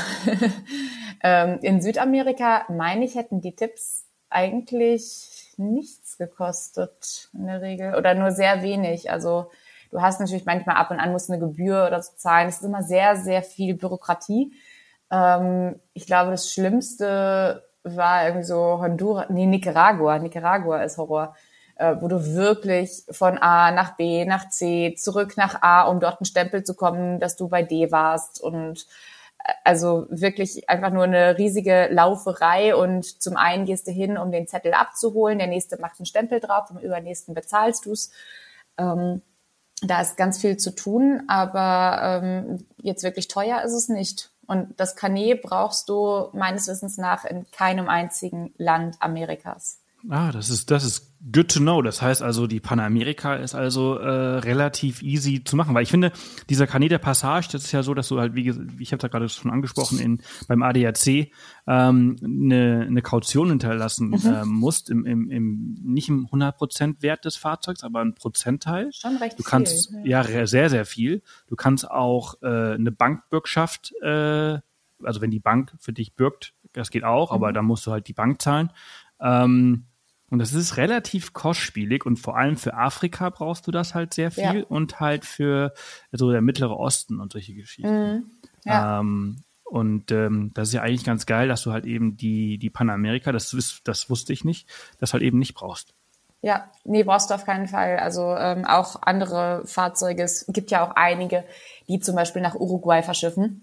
In Südamerika, meine ich, hätten die Tipps eigentlich nichts gekostet in der Regel oder nur sehr wenig. Also du hast natürlich manchmal ab und an musst eine Gebühr oder so zahlen. Es ist immer sehr, sehr viel Bürokratie. Ich glaube, das Schlimmste war irgendwie so Nicaragua. Nicaragua ist Horror. Wo du wirklich von A nach B, nach C, zurück nach A, um dort einen Stempel zu kommen, dass du bei D warst und also wirklich einfach nur eine riesige Lauferei und zum einen gehst du hin, um den Zettel abzuholen, der nächste macht einen Stempel drauf, am übernächsten bezahlst du's. Da ist ganz viel zu tun, aber jetzt wirklich teuer ist es nicht. Und das Carnet brauchst du meines Wissens nach in keinem einzigen Land Amerikas. Ah, das ist good to know. Das heißt also, die Panamerika ist also relativ easy zu machen, weil ich finde, dieser Carnet de Passage, das ist ja so, dass du halt, wie ich habe da gerade schon angesprochen, beim ADAC eine Kaution hinterlassen musst, nicht im 100% Wert des Fahrzeugs, aber ein Prozentteil. Schon recht viel. Du kannst sehr, sehr viel. Du kannst auch eine Bankbürgschaft, also wenn die Bank für dich bürgt, das geht auch, aber da musst du halt die Bank zahlen. Und das ist relativ kostspielig und vor allem für Afrika brauchst du das halt sehr viel und halt für so der Mittlere Osten und solche Geschichten. Ja. Das ist ja eigentlich ganz geil, dass du halt eben die Panamerika, das wusste ich nicht, das halt eben nicht brauchst. Ja, nee, brauchst du auf keinen Fall. Also auch andere Fahrzeuge, es gibt ja auch einige, die zum Beispiel nach Uruguay verschiffen,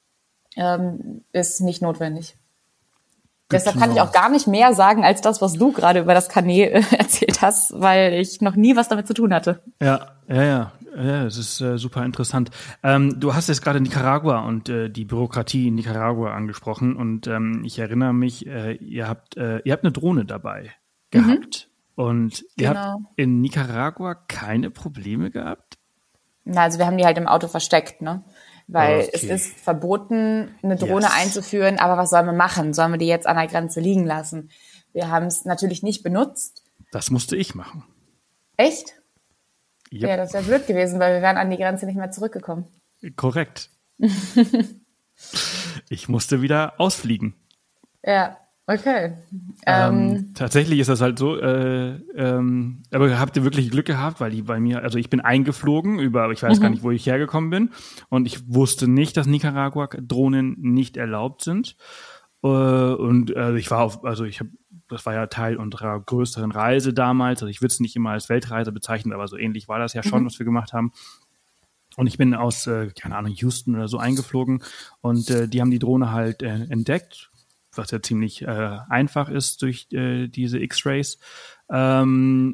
ist nicht notwendig. Deshalb kann ich auch gar nicht mehr sagen, als das, was du gerade über das Carnet erzählt hast, weil ich noch nie was damit zu tun hatte. Ja, das ist super interessant. Du hast jetzt gerade Nicaragua und die Bürokratie in Nicaragua angesprochen und ich erinnere mich, ihr habt eine Drohne dabei gehabt und ihr habt in Nicaragua keine Probleme gehabt? Na, also wir haben die halt im Auto versteckt, ne? Weil es ist verboten, eine Drohne einzuführen, aber was sollen wir machen? Sollen wir die jetzt an der Grenze liegen lassen? Wir haben es natürlich nicht benutzt. Das musste ich machen. Echt? Yep. Ja, das wäre blöd gewesen, weil wir wären an die Grenze nicht mehr zurückgekommen. Korrekt. Ich musste wieder ausfliegen. Ja. Okay. Tatsächlich ist das halt so, aber habt ihr wirklich Glück gehabt, weil die bei mir, also ich bin eingeflogen ich weiß gar nicht, wo ich hergekommen bin, und ich wusste nicht, dass Nicaragua Drohnen nicht erlaubt sind. Und das war ja Teil unserer größeren Reise damals, also ich würde es nicht immer als Weltreise bezeichnen, aber so ähnlich war das ja schon, was wir gemacht haben. Und ich bin aus, keine Ahnung, Houston oder so eingeflogen, und die haben die Drohne halt entdeckt, was ja ziemlich einfach ist durch diese X-Rays. Haben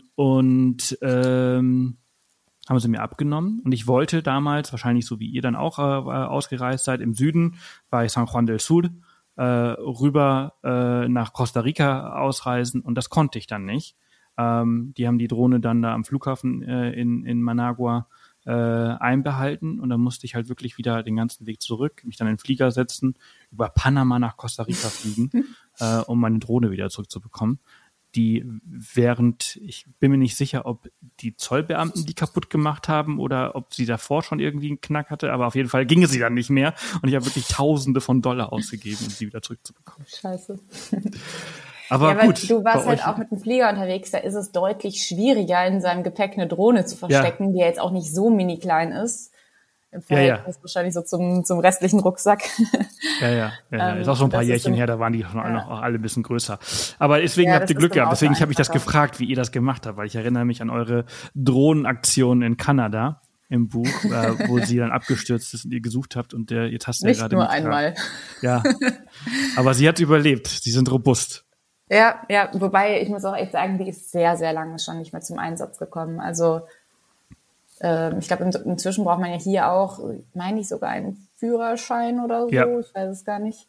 sie mir abgenommen. Und ich wollte damals, wahrscheinlich so wie ihr dann auch ausgereist seid, im Süden bei San Juan del Sur rüber nach Costa Rica ausreisen. Und das konnte ich dann nicht. Die haben die Drohne dann da am Flughafen in Managua einbehalten, und dann musste ich halt wirklich wieder den ganzen Weg zurück, mich dann in den Flieger setzen, über Panama nach Costa Rica fliegen, um meine Drohne wieder zurückzubekommen. Ich bin mir nicht sicher, ob die Zollbeamten die kaputt gemacht haben oder ob sie davor schon irgendwie einen Knack hatte, aber auf jeden Fall ging sie dann nicht mehr, und ich habe wirklich Tausende von Dollar ausgegeben, um sie wieder zurückzubekommen. Scheiße. Aber ja, gut. Du warst halt auch mit dem Flieger unterwegs, da ist es deutlich schwieriger, in seinem Gepäck eine Drohne zu verstecken, die ja jetzt auch nicht so mini klein ist. Im Verhältnis wahrscheinlich so zum restlichen Rucksack. Ja. Ist auch schon ein paar Jährchen her, da waren die schon auch alle ein bisschen größer. Aber deswegen habt ihr Glück gehabt, deswegen habe ich das gefragt, wie ihr das gemacht habt, weil ich erinnere mich an eure Drohnenaktion in Kanada im Buch, wo sie dann abgestürzt ist und ihr gesucht habt, und jetzt hast du ja gerade nicht nur einmal. Ja, aber sie hat überlebt, sie sind robust. Ja, wobei ich muss auch echt sagen, die ist sehr, sehr lange schon nicht mehr zum Einsatz gekommen. Also ich glaube, inzwischen braucht man ja hier auch, meine ich, sogar einen Führerschein oder so, ich weiß es gar nicht.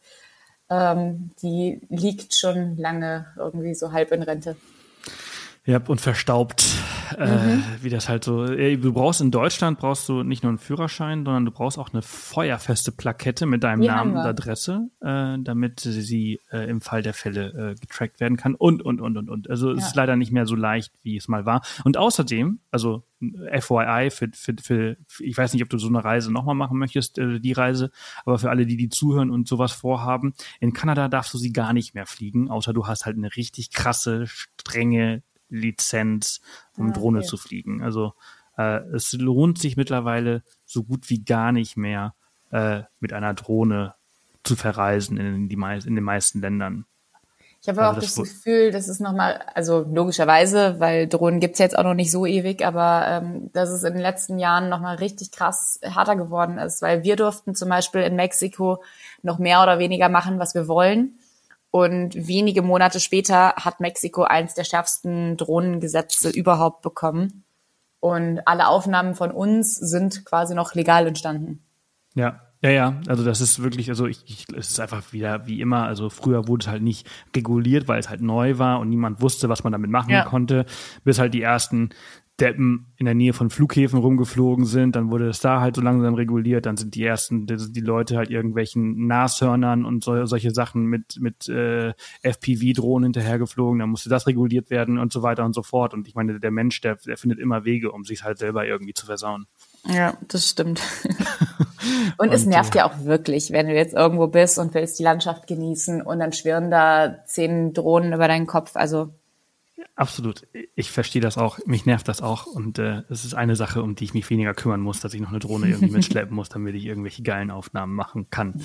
Die liegt schon lange irgendwie so halb in Rente. Ja, und verstaubt, wie das halt so. In Deutschland brauchst du nicht nur einen Führerschein, sondern du brauchst auch eine feuerfeste Plakette mit deinem Namen und Adresse, damit sie im Fall der Fälle getrackt werden kann und. Also es ist leider nicht mehr so leicht, wie es mal war. Und außerdem, also FYI, ich weiß nicht, ob du so eine Reise nochmal machen möchtest, die Reise, aber für alle, die zuhören und sowas vorhaben, in Kanada darfst du sie gar nicht mehr fliegen, außer du hast halt eine richtig krasse, strenge Lizenz, um Drohne zu fliegen. Also es lohnt sich mittlerweile so gut wie gar nicht mehr, mit einer Drohne zu verreisen in den meisten Ländern. Ich habe auch das Gefühl, das ist nochmal, also logischerweise, weil Drohnen gibt's jetzt auch noch nicht so ewig, aber dass es in den letzten Jahren nochmal richtig krass härter geworden ist, weil wir durften zum Beispiel in Mexiko noch mehr oder weniger machen, was wir wollen. Und wenige Monate später hat Mexiko eins der schärfsten Drohnengesetze überhaupt bekommen. Und alle Aufnahmen von uns sind quasi noch legal entstanden. Ja. Also das ist wirklich, es ist einfach wieder wie immer. Also früher wurde es halt nicht reguliert, weil es halt neu war und niemand wusste, was man damit machen konnte, bis halt die ersten Deppen in der Nähe von Flughäfen rumgeflogen sind, dann wurde es da halt so langsam reguliert, dann sind die Leute halt irgendwelchen Nashörnern und solche Sachen mit FPV-Drohnen hinterhergeflogen, dann musste das reguliert werden und so weiter und so fort. Und ich meine, der Mensch, der findet immer Wege, um sich halt selber irgendwie zu versauen. Ja, das stimmt. Und es nervt ja auch wirklich, wenn du jetzt irgendwo bist und willst die Landschaft genießen und dann schwirren da 10 Drohnen über deinen Kopf, also absolut. Ich verstehe das auch. Mich nervt das auch. Und es ist eine Sache, um die ich mich weniger kümmern muss, dass ich noch eine Drohne irgendwie mitschleppen muss, damit ich irgendwelche geilen Aufnahmen machen kann.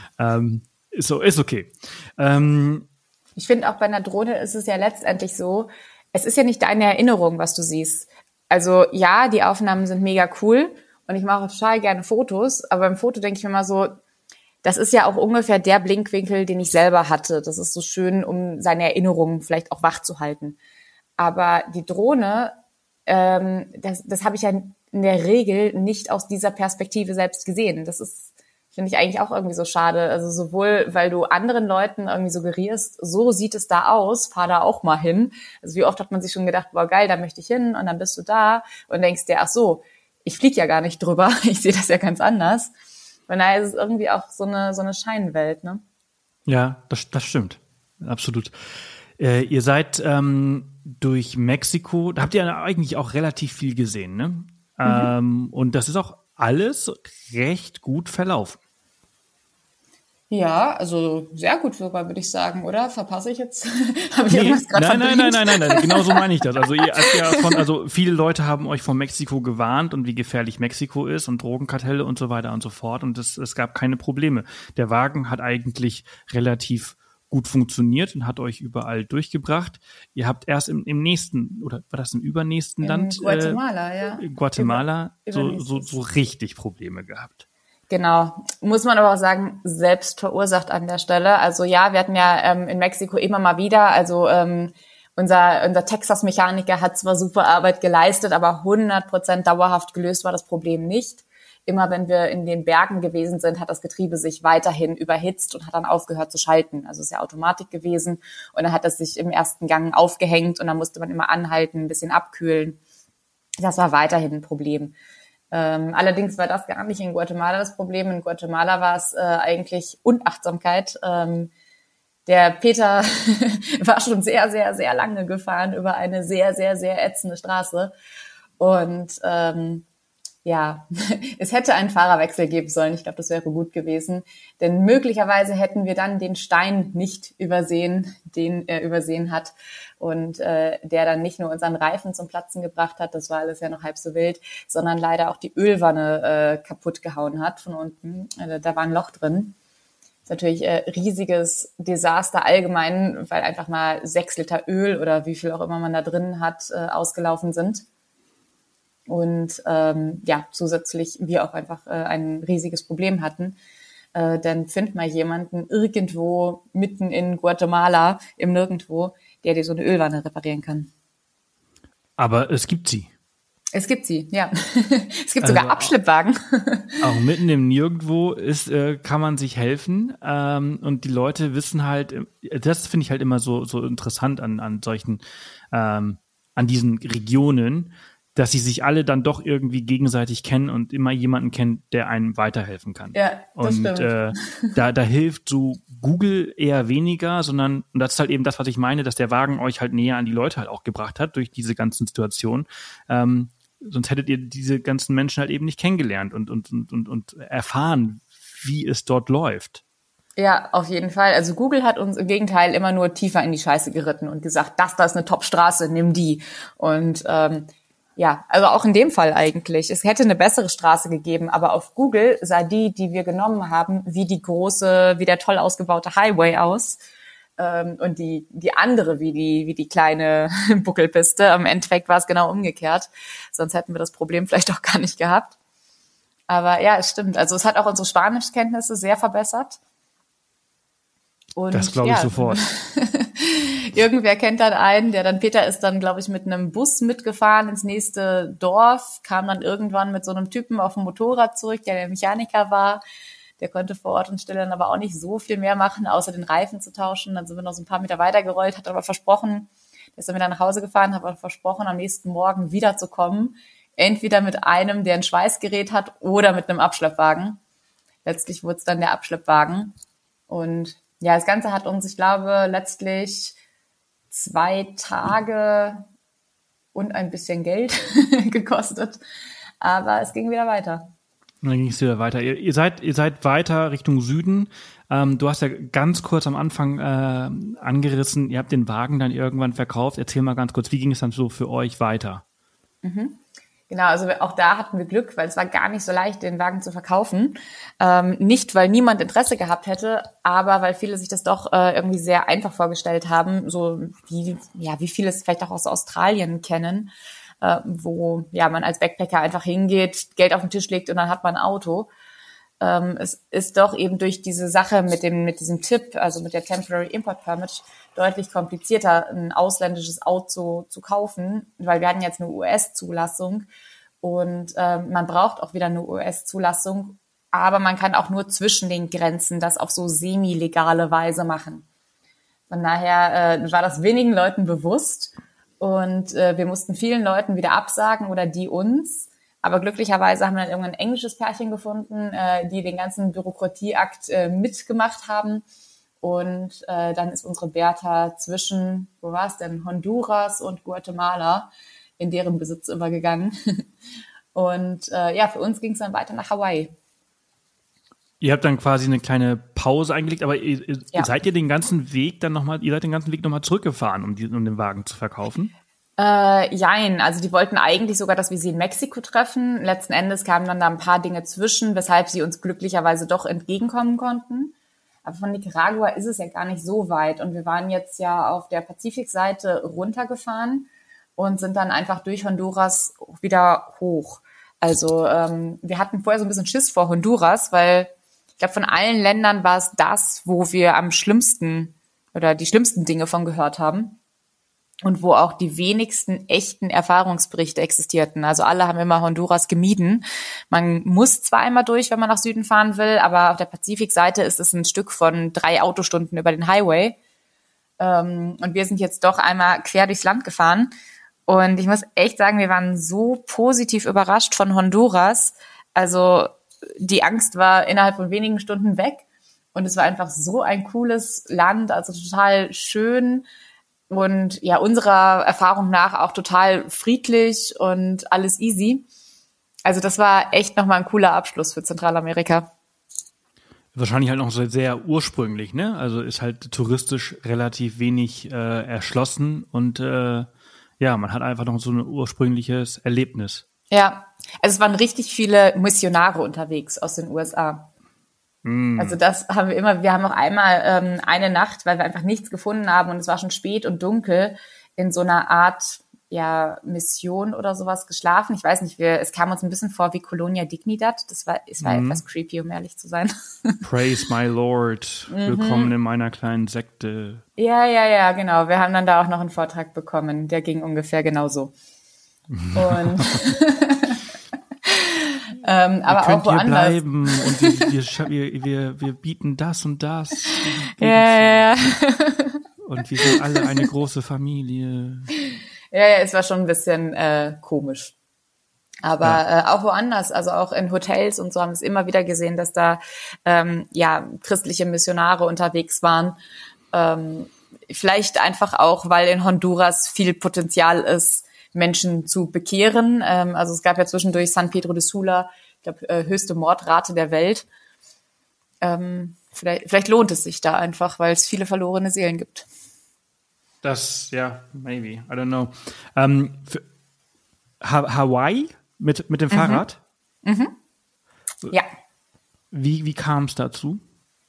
Ist okay. Ich finde auch bei einer Drohne ist es ja letztendlich so, es ist ja nicht deine Erinnerung, was du siehst. Also ja, die Aufnahmen sind mega cool und ich mache total gerne Fotos, aber beim Foto denke ich mir immer so, das ist ja auch ungefähr der Blinkwinkel, den ich selber hatte. Das ist so schön, um seine Erinnerungen vielleicht auch wach zu halten. Aber die Drohne, das habe ich ja in der Regel nicht aus dieser Perspektive selbst gesehen. Das ist, finde ich eigentlich auch irgendwie so schade. Also sowohl, weil du anderen Leuten irgendwie suggerierst, so sieht es da aus, fahr da auch mal hin. Also wie oft hat man sich schon gedacht, boah geil, da möchte ich hin und dann bist du da und denkst dir, ach so, ich fliege ja gar nicht drüber, ich sehe das ja ganz anders. Von daher ist es irgendwie auch so eine Scheinwelt, ne? Ja, das stimmt. Absolut. Ihr seid durch Mexiko, da habt ihr eigentlich auch relativ viel gesehen, ne? Und das ist auch alles recht gut verlaufen. Ja, also sehr gut sogar, würde ich sagen, oder? Verpasse ich jetzt? Habe ich Nee, irgendwas gerade verdrängt? nein, genau so meine ich das. Also also viele Leute haben euch von Mexiko gewarnt und wie gefährlich Mexiko ist und Drogenkartelle und so weiter und so fort und es gab keine Probleme. Der Wagen hat eigentlich relativ gut funktioniert und hat euch überall durchgebracht. Ihr habt erst im nächsten, oder war das im übernächsten In Land? Guatemala, ja. Guatemala Übernächstes. so richtig Probleme gehabt. Genau. Muss man aber auch sagen, selbst verursacht an der Stelle. Also ja, wir hatten ja in Mexiko immer mal wieder, also unser Texas-Mechaniker hat zwar super Arbeit geleistet, aber 100% dauerhaft gelöst war das Problem nicht. Immer wenn wir in den Bergen gewesen sind, hat das Getriebe sich weiterhin überhitzt und hat dann aufgehört zu schalten. Also es ist ja Automatik gewesen und dann hat es sich im ersten Gang aufgehängt und dann musste man immer anhalten, ein bisschen abkühlen. Das war weiterhin ein Problem. Allerdings war das gar nicht in Guatemala das Problem. In Guatemala war es eigentlich Unachtsamkeit. Der Peter war schon sehr, sehr, sehr lange gefahren über eine sehr, sehr, sehr ätzende Straße. Und ja, es hätte einen Fahrerwechsel geben sollen. Ich glaube, das wäre gut gewesen. Denn möglicherweise hätten wir dann den Stein nicht übersehen, den er übersehen hat. Und der dann nicht nur unseren Reifen zum Platzen gebracht hat, das war alles ja noch halb so wild, sondern leider auch die Ölwanne kaputt gehauen hat von unten. Da war ein Loch drin. Das ist natürlich riesiges Desaster allgemein, weil einfach mal 6 Liter Öl oder wie viel auch immer man da drin hat, ausgelaufen sind. Und ja, zusätzlich wir auch einfach ein riesiges Problem hatten. Dann find mal jemanden irgendwo mitten in Guatemala, im Nirgendwo, der dir so eine Ölwanne reparieren kann. Aber es gibt sie. Es gibt sie, ja. Es gibt sogar Abschleppwagen. Auch mitten im Nirgendwo kann man sich helfen. Und die Leute wissen halt, das finde ich halt immer so interessant an solchen, an diesen Regionen, dass sie sich alle dann doch irgendwie gegenseitig kennen und immer jemanden kennen, der einem weiterhelfen kann. Ja, das und stimmt. da hilft so Google eher weniger, sondern, und das ist halt eben das, was ich meine, dass der Wagen euch halt näher an die Leute halt auch gebracht hat durch diese ganzen Situationen. Sonst hättet ihr diese ganzen Menschen halt eben nicht kennengelernt und erfahren, wie es dort läuft. Ja, auf jeden Fall. Also Google hat uns im Gegenteil immer nur tiefer in die Scheiße geritten und gesagt, das da ist eine Top-Straße, nimm die. Und ja, also auch in dem Fall eigentlich. Es hätte eine bessere Straße gegeben, aber auf Google sah die wir genommen haben, wie der toll ausgebaute Highway aus. Und die andere wie die kleine Buckelpiste. Im Endeffekt war es genau umgekehrt. Sonst hätten wir das Problem vielleicht auch gar nicht gehabt. Aber ja, es stimmt. Also es hat auch unsere Spanischkenntnisse sehr verbessert. Und das glaube ich sofort. Irgendwer kennt dann einen, Peter ist dann, glaube ich, mit einem Bus mitgefahren ins nächste Dorf, kam dann irgendwann mit so einem Typen auf dem Motorrad zurück, der Mechaniker war. Der konnte vor Ort und Stelle dann aber auch nicht so viel mehr machen, außer den Reifen zu tauschen. Dann sind wir noch so ein paar Meter weitergerollt, hat aber versprochen, der ist dann wieder nach Hause gefahren, hat aber versprochen, am nächsten Morgen wiederzukommen. Entweder mit einem, der ein Schweißgerät hat, oder mit einem Abschleppwagen. Letztlich wurde es dann der Abschleppwagen. Und ja, das Ganze hat uns, ich glaube, letztlich 2 Tage und ein bisschen Geld gekostet. Aber es ging wieder weiter. Und dann ging es wieder weiter. Ihr seid weiter Richtung Süden. Du hast ja ganz kurz am Anfang angerissen, ihr habt den Wagen dann irgendwann verkauft. Erzähl mal ganz kurz, wie ging es dann so für euch weiter? Genau, also auch da hatten wir Glück, weil es war gar nicht so leicht, den Wagen zu verkaufen. Nicht, weil niemand Interesse gehabt hätte, aber weil viele sich das doch irgendwie sehr einfach vorgestellt haben, so wie viele es vielleicht auch aus Australien kennen, wo ja man als Backpacker einfach hingeht, Geld auf den Tisch legt und dann hat man ein Auto. Es ist doch eben durch diese Sache mit diesem TIP, also mit der Temporary Import Permit, deutlich komplizierter, ein ausländisches Auto zu kaufen, weil wir hatten jetzt eine US-Zulassung und man braucht auch wieder eine US-Zulassung, aber man kann auch nur zwischen den Grenzen das auf so semi-legale Weise machen. Von daher war das wenigen Leuten bewusst und wir mussten vielen Leuten wieder absagen oder die uns. Aber glücklicherweise haben wir dann irgendwann ein englisches Pärchen gefunden, die den ganzen Bürokratieakt mitgemacht haben. Und dann ist unsere Bertha zwischen, wo war es denn, Honduras und Guatemala in deren Besitz übergegangen. Und ja, für uns ging es dann weiter nach Hawaii. Ihr habt dann quasi eine kleine Pause eingelegt, aber Ja. seid ihr den ganzen Weg nochmal zurückgefahren, um den Wagen zu verkaufen? Jein, also die wollten eigentlich sogar, dass wir sie in Mexiko treffen. Letzten Endes kamen dann da ein paar Dinge zwischen, weshalb sie uns glücklicherweise doch entgegenkommen konnten. Aber von Nicaragua ist es ja gar nicht so weit. Und wir waren jetzt ja auf der Pazifikseite runtergefahren und sind dann einfach durch Honduras wieder hoch. Also wir hatten vorher so ein bisschen Schiss vor Honduras, weil ich glaube, von allen Ländern war es das, wo wir am schlimmsten oder die schlimmsten Dinge von gehört haben. Und wo auch die wenigsten echten Erfahrungsberichte existierten. Also alle haben immer Honduras gemieden. Man muss zwar einmal durch, wenn man nach Süden fahren will, aber auf der Pazifikseite ist es ein Stück von 3 Autostunden über den Highway. Und wir sind jetzt doch einmal quer durchs Land gefahren. Und ich muss echt sagen, wir waren so positiv überrascht von Honduras. Also die Angst war innerhalb von wenigen Stunden weg. Und es war einfach so ein cooles Land, also total schön. Und ja, unserer Erfahrung nach auch total friedlich und alles easy. Also das war echt nochmal ein cooler Abschluss für Zentralamerika. Wahrscheinlich halt noch so sehr ursprünglich, ne? Also ist halt touristisch relativ wenig erschlossen und man hat einfach noch so ein ursprüngliches Erlebnis. Ja, also es waren richtig viele Missionare unterwegs aus den USA. Also das haben wir haben auch einmal eine Nacht, weil wir einfach nichts gefunden haben und es war schon spät und dunkel, in so einer Art Mission oder sowas geschlafen. Ich weiß nicht, es kam uns ein bisschen vor wie Colonia Dignidad. Es war etwas creepy, um ehrlich zu sein. Praise my Lord, willkommen in meiner kleinen Sekte. Ja, genau. Wir haben dann da auch noch einen Vortrag bekommen, der ging ungefähr genauso. Und aber könnt auch woanders. Ihr bleiben und wir bieten das und das. Ja. Und wir sind alle eine große Familie. Ja, es war schon ein bisschen komisch. Aber auch woanders, also auch in Hotels und so haben wir es immer wieder gesehen, dass da christliche Missionare unterwegs waren. Vielleicht einfach auch, weil in Honduras viel Potenzial ist, Menschen zu bekehren. Also es gab ja zwischendurch San Pedro de Sula, ich glaube, höchste Mordrate der Welt. Vielleicht lohnt es sich da einfach, weil es viele verlorene Seelen gibt. Maybe, I don't know. Hawaii mit dem Fahrrad? Ja. Wie kam es dazu?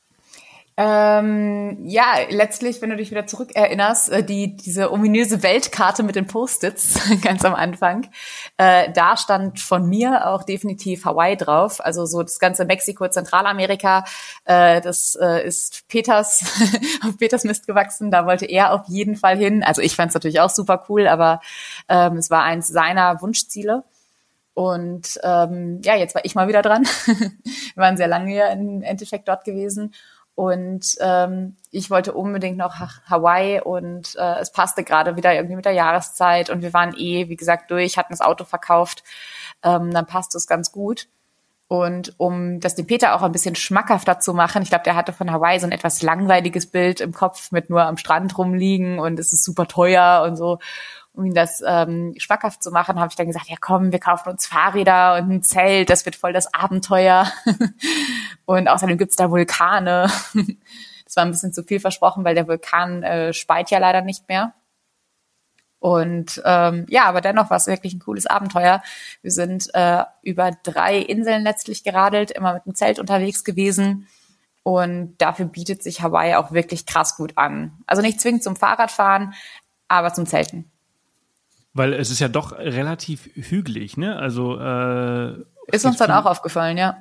Letztlich, wenn du dich wieder zurückerinnerst, diese ominöse Weltkarte mit den Post-its ganz am Anfang, da stand von mir auch definitiv Hawaii drauf. Also so das ganze Mexiko, Zentralamerika, das ist auf Peters Mist gewachsen. Da wollte er auf jeden Fall hin. Also ich fand es natürlich auch super cool, aber es war eins seiner Wunschziele. Und jetzt war ich mal wieder dran. Wir waren sehr lange ja im Endeffekt dort gewesen. Und ich wollte unbedingt noch Hawaii und es passte gerade wieder irgendwie mit der Jahreszeit und wir waren wie gesagt, hatten das Auto verkauft, dann passte es ganz gut. Und um das dem Peter auch ein bisschen schmackhafter zu machen, ich glaube, der hatte von Hawaii so ein etwas langweiliges Bild im Kopf mit nur am Strand rumliegen und es ist super teuer und so. Um ihn das schmackhaft zu machen, habe ich dann gesagt, ja komm, wir kaufen uns Fahrräder und ein Zelt, das wird voll das Abenteuer. Und außerdem gibt's da Vulkane. Das war ein bisschen zu viel versprochen, weil der Vulkan speit ja leider nicht mehr. Und aber dennoch war es wirklich ein cooles Abenteuer. Wir sind über 3 Inseln letztlich geradelt, immer mit dem Zelt unterwegs gewesen. Und dafür bietet sich Hawaii auch wirklich krass gut an. Also nicht zwingend zum Fahrradfahren, aber zum Zelten. Weil es ist ja doch relativ hügelig, ne? Also ist uns dann auch aufgefallen, ja.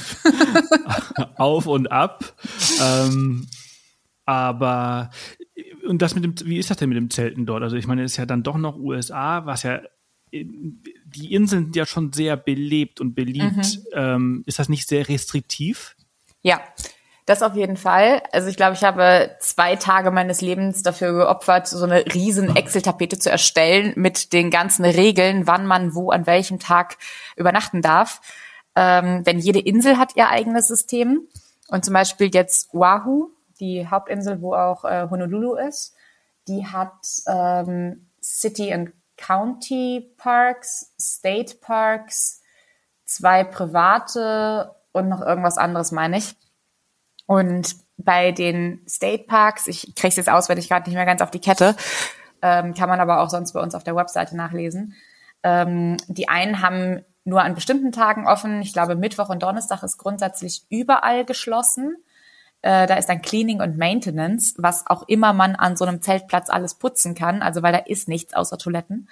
Auf und ab. Aber und das wie ist das denn mit dem Zelten dort? Also ich meine, es ist ja dann doch noch USA, was ja die Inseln sind ja schon sehr belebt und beliebt. Ist das nicht sehr restriktiv? Ja. Das auf jeden Fall. Also ich glaube, ich habe 2 Tage meines Lebens dafür geopfert, so eine riesen Excel-Tapete zu erstellen mit den ganzen Regeln, wann man wo an welchem Tag übernachten darf. Denn jede Insel hat ihr eigenes System. Und zum Beispiel jetzt Oahu, die Hauptinsel, wo auch Honolulu ist, die hat City and County Parks, State Parks, 2 private und noch irgendwas anderes, meine ich. Und bei den State Parks, ich kriege es jetzt auswendig gerade nicht mehr ganz auf die Kette, kann man aber auch sonst bei uns auf der Webseite nachlesen. Die einen haben nur an bestimmten Tagen offen. Ich glaube, Mittwoch und Donnerstag ist grundsätzlich überall geschlossen. Da ist dann Cleaning und Maintenance, was auch immer man an so einem Zeltplatz alles putzen kann. Also weil da ist nichts außer Toiletten.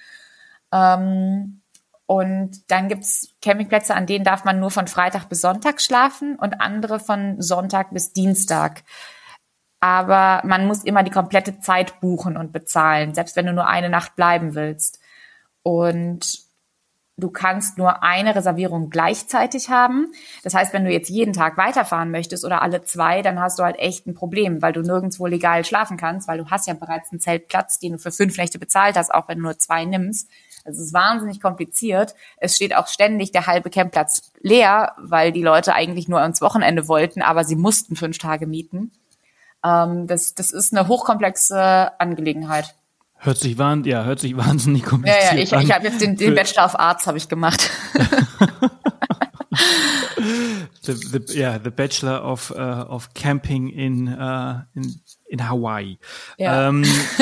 Und dann gibt's Campingplätze, an denen darf man nur von Freitag bis Sonntag schlafen und andere von Sonntag bis Dienstag. Aber man muss immer die komplette Zeit buchen und bezahlen, selbst wenn du nur eine Nacht bleiben willst. Und du kannst nur eine Reservierung gleichzeitig haben. Das heißt, wenn du jetzt jeden Tag weiterfahren möchtest oder alle 2, dann hast du halt echt ein Problem, weil du nirgendwo legal schlafen kannst, weil du hast ja bereits einen Zeltplatz, den du für 5 Nächte bezahlt hast, auch wenn du nur 2 nimmst. Also es ist wahnsinnig kompliziert. Es steht auch ständig der halbe Campplatz leer, weil die Leute eigentlich nur ans Wochenende wollten, aber sie mussten 5 Tage mieten. Das ist eine hochkomplexe Angelegenheit. Hört sich wahnsinnig kompliziert an. Ich habe jetzt den Bachelor of Arts habe ich gemacht. the Bachelor of Camping in Hawaii. Ja.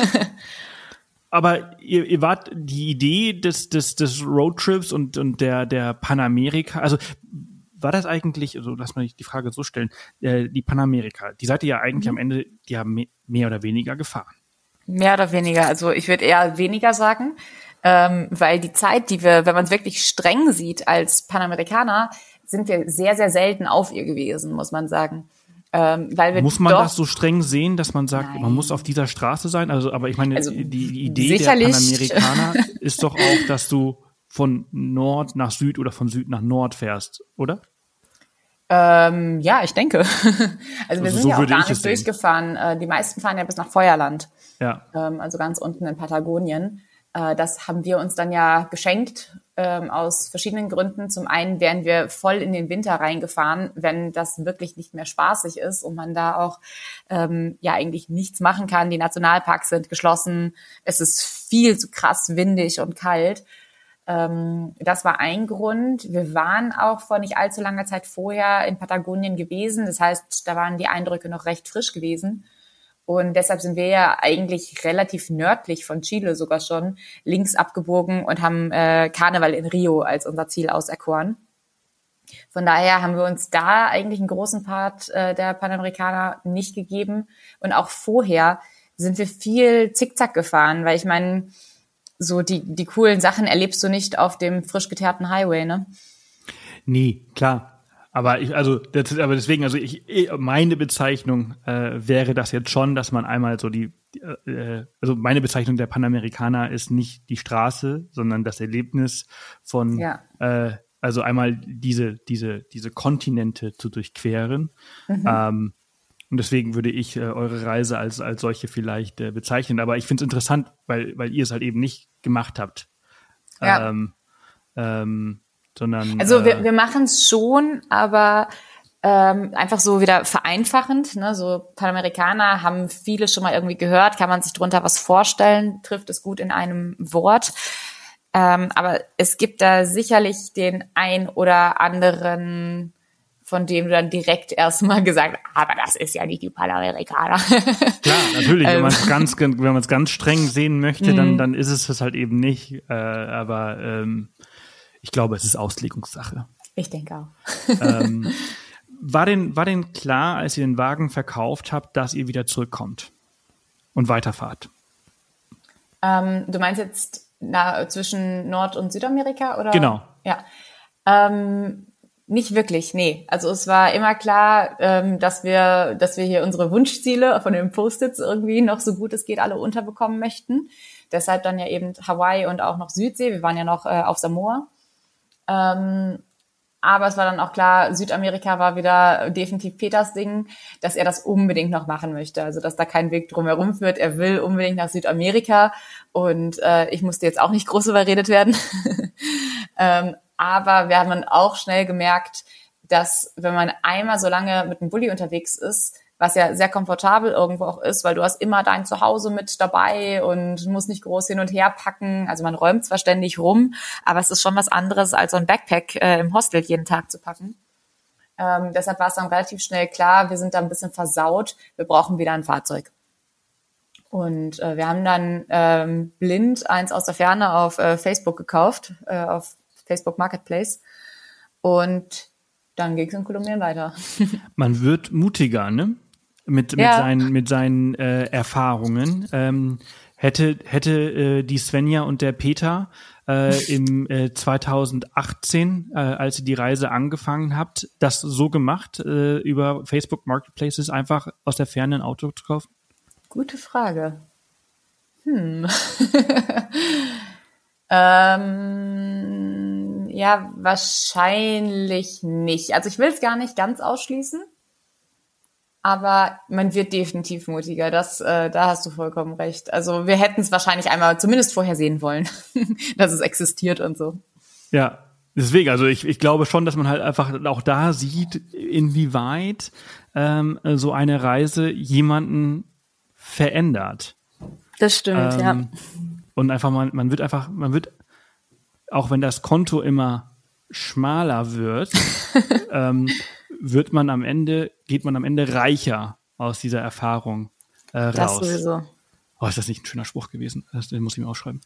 Aber ihr wart die Idee des Roadtrips und der Panamerika, also war das eigentlich, also lass mal die Frage so stellen, die Panamerika, die seid ihr ja eigentlich am Ende mehr oder weniger gefahren. Mehr oder weniger, also ich würde eher weniger sagen, weil die Zeit, die wir, wenn man es wirklich streng sieht als Panamerikaner, sind wir sehr, sehr selten auf ihr gewesen, muss man sagen. Weil wir muss man das so streng sehen, dass man sagt, man muss auf dieser Straße sein? Also, aber ich meine, die Idee der Panamerikaner ist doch auch, dass du von Nord nach Süd oder von Süd nach Nord fährst, oder? Ja, ich denke. Also wir sind so ja auch würde gar ich es nicht durchgefahren. Die meisten fahren ja bis nach Feuerland. Ja. Also ganz unten in Patagonien. Das haben wir uns dann ja geschenkt, aus verschiedenen Gründen. Zum einen wären wir voll in den Winter reingefahren, wenn das wirklich nicht mehr spaßig ist und man da auch eigentlich nichts machen kann. Die Nationalparks sind geschlossen. Es ist viel zu krass windig und kalt. Das war ein Grund. Wir waren auch vor nicht allzu langer Zeit vorher in Patagonien gewesen. Das heißt, da waren die Eindrücke noch recht frisch gewesen. Und deshalb sind wir ja eigentlich relativ nördlich von Chile sogar schon links abgebogen und haben Karneval in Rio als unser Ziel auserkoren. Von daher haben wir uns da eigentlich einen großen Part der Panamerikaner nicht gegeben. Und auch vorher sind wir viel Zickzack gefahren, weil ich meine, so die coolen Sachen erlebst du nicht auf dem frisch geteerten Highway, ne? Nee, klar. Aber meine Bezeichnung wäre das jetzt schon, dass man einmal so also meine Bezeichnung der Panamerikaner ist nicht die Straße, sondern das Erlebnis von, also einmal diese Kontinente zu durchqueren. Und deswegen würde ich eure Reise als solche vielleicht bezeichnen. Aber ich finde es interessant, weil ihr es halt eben nicht gemacht habt. Ja. Sondern, also wir machen es schon, aber einfach so wieder vereinfachend. Ne? So Panamerikaner haben viele schon mal irgendwie gehört, kann man sich drunter was vorstellen, trifft es gut in einem Wort. Aber es gibt da sicherlich den ein oder anderen, von dem du dann direkt erstmal gesagt, aber das ist ja nicht die Panamerikaner. Klar, natürlich, wenn man es ganz streng sehen möchte, dann ist es das halt eben nicht. Aber ich glaube, es ist Auslegungssache. Ich denke auch. War denn klar, als ihr den Wagen verkauft habt, dass ihr wieder zurückkommt und weiterfahrt? Du meinst jetzt zwischen Nord- und Südamerika, oder? Genau. Ja. Nicht wirklich, nee. Also es war immer klar, dass wir hier unsere Wunschziele von den Post-its irgendwie noch so gut es geht alle unterbekommen möchten. Deshalb dann ja eben Hawaii und auch noch Südsee. Wir waren ja noch auf Samoa. Aber es war dann auch klar, Südamerika war wieder definitiv Peters Ding, dass er das unbedingt noch machen möchte. Also dass da kein Weg drumherum führt. Er will unbedingt nach Südamerika und ich musste jetzt auch nicht groß überredet werden. Aber wir haben dann auch schnell gemerkt, dass wenn man einmal so lange mit dem Bulli unterwegs ist, was ja sehr komfortabel irgendwo auch ist, weil du hast immer dein Zuhause mit dabei und musst nicht groß hin und her packen. Also man räumt zwar ständig rum, aber es ist schon was anderes, als so ein Backpack im Hostel jeden Tag zu packen. Deshalb war es dann relativ schnell klar, wir sind da ein bisschen versaut, wir brauchen wieder ein Fahrzeug. Und wir haben dann blind eins aus der Ferne auf Facebook gekauft, auf Facebook Marketplace. Und dann ging es in Kolumbien weiter. Man wird mutiger, ne? Mit seinen Erfahrungen. Hätte die Svenja und der Peter im 2018, als ihr die Reise angefangen habt, das so gemacht, über Facebook Marketplaces einfach aus der Ferne ein Auto zu kaufen? Gute Frage. Ja, wahrscheinlich nicht. Also ich will es gar nicht ganz ausschließen, aber man wird definitiv mutiger. Da hast du vollkommen recht. Also wir hätten es wahrscheinlich einmal zumindest vorher sehen wollen, dass es existiert und so. Ja, deswegen, also ich glaube schon, dass man halt einfach auch da sieht, inwieweit so eine Reise jemanden verändert. Das stimmt, ja. Und einfach man wird, auch wenn das Konto immer schmaler wird, geht man am Ende reicher aus dieser Erfahrung raus. Das sowieso. Oh, ist das nicht ein schöner Spruch gewesen? Den muss ich mir aufschreiben.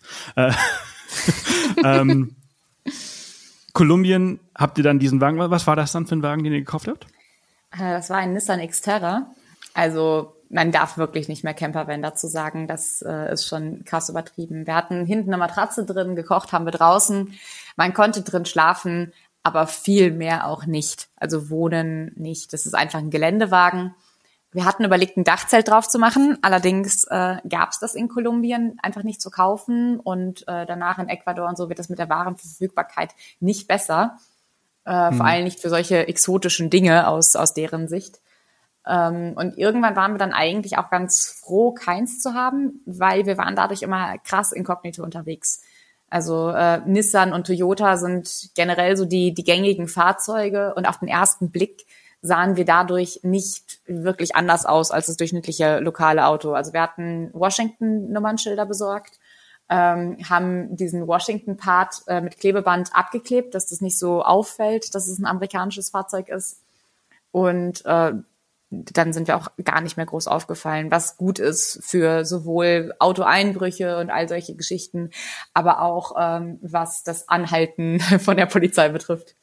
Kolumbien, habt ihr dann diesen Wagen, was war das dann für ein Wagen, den ihr gekauft habt? Das war ein Nissan Xterra. Also man darf wirklich nicht mehr Campervan dazu sagen. Das ist schon krass übertrieben. Wir hatten hinten eine Matratze drin, gekocht haben wir draußen. Man konnte drin schlafen, aber viel mehr auch nicht. Also wohnen nicht. Das ist einfach ein Geländewagen. Wir hatten überlegt, ein Dachzelt drauf zu machen. Allerdings gab es das in Kolumbien einfach nicht zu kaufen. Und danach in Ecuador und so wird das mit der Warenverfügbarkeit nicht besser. Vor allem nicht für solche exotischen Dinge aus deren Sicht. Und irgendwann waren wir dann eigentlich auch ganz froh, keins zu haben, weil wir waren dadurch immer krass inkognito unterwegs. Also Nissan und Toyota sind generell so die gängigen Fahrzeuge und auf den ersten Blick sahen wir dadurch nicht wirklich anders aus als das durchschnittliche lokale Auto. Also wir hatten Washington-Nummernschilder besorgt, haben diesen Washington-Part mit Klebeband abgeklebt, dass das nicht so auffällt, dass es ein amerikanisches Fahrzeug ist. Und dann sind wir auch gar nicht mehr groß aufgefallen, was gut ist für sowohl Autoeinbrüche und all solche Geschichten, aber auch was das Anhalten von der Polizei betrifft.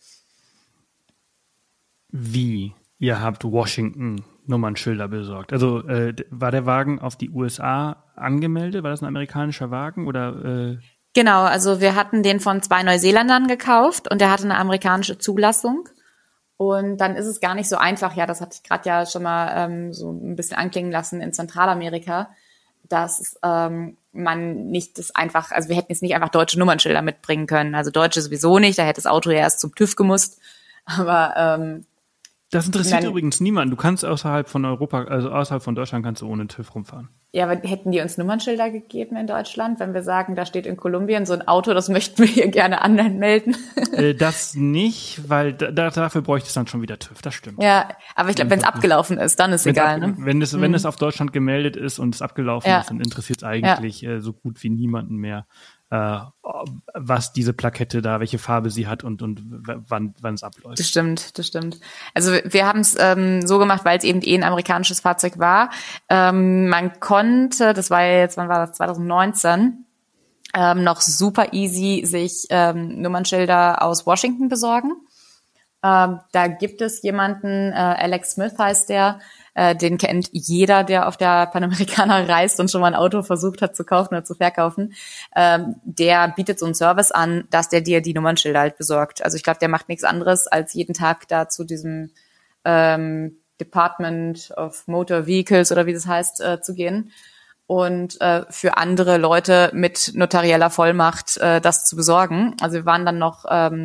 Wie? Ihr habt Washington-Nummernschilder besorgt. Also war der Wagen auf die USA angemeldet? War das ein amerikanischer Wagen oder? Genau, also wir hatten den von 2 Neuseeländern gekauft und der hatte eine amerikanische Zulassung. Und dann ist es gar nicht so einfach, ja, das hatte ich gerade ja schon mal so ein bisschen anklingen lassen in Zentralamerika, dass man nicht das einfach, also wir hätten jetzt nicht einfach deutsche Nummernschilder mitbringen können. Also deutsche sowieso nicht, da hätte das Auto ja erst zum TÜV gemusst. Aber das interessiert übrigens niemanden. Du kannst außerhalb von Europa, also außerhalb von Deutschland kannst du ohne TÜV rumfahren. Ja, aber hätten die uns Nummernschilder gegeben in Deutschland, wenn wir sagen, da steht in Kolumbien so ein Auto, das möchten wir hier gerne anmelden? Das nicht, weil dafür bräuchte es dann schon wieder TÜV, das stimmt. Ja, aber ich glaube, wenn es abgelaufen ist, dann ist egal. Ne? Wenn es auf Deutschland gemeldet ist und es abgelaufen ist, dann interessiert es eigentlich so gut wie niemanden mehr, was diese Plakette da, welche Farbe sie hat und wann es abläuft. Das stimmt. Also wir haben es so gemacht, weil es eben ein amerikanisches Fahrzeug war. Man konnte, das war ja jetzt, wann war das, 2019, noch super easy sich Nummernschilder aus Washington besorgen. Da gibt es jemanden, Alex Smith heißt der, den kennt jeder, der auf der Panamericana reist und schon mal ein Auto versucht hat zu kaufen oder zu verkaufen. Der bietet so einen Service an, dass der dir die Nummernschilder halt besorgt. Also ich glaube, der macht nichts anderes, als jeden Tag da zu diesem Department of Motor Vehicles oder wie das heißt, zu gehen und für andere Leute mit notarieller Vollmacht das zu besorgen. Also wir waren dann noch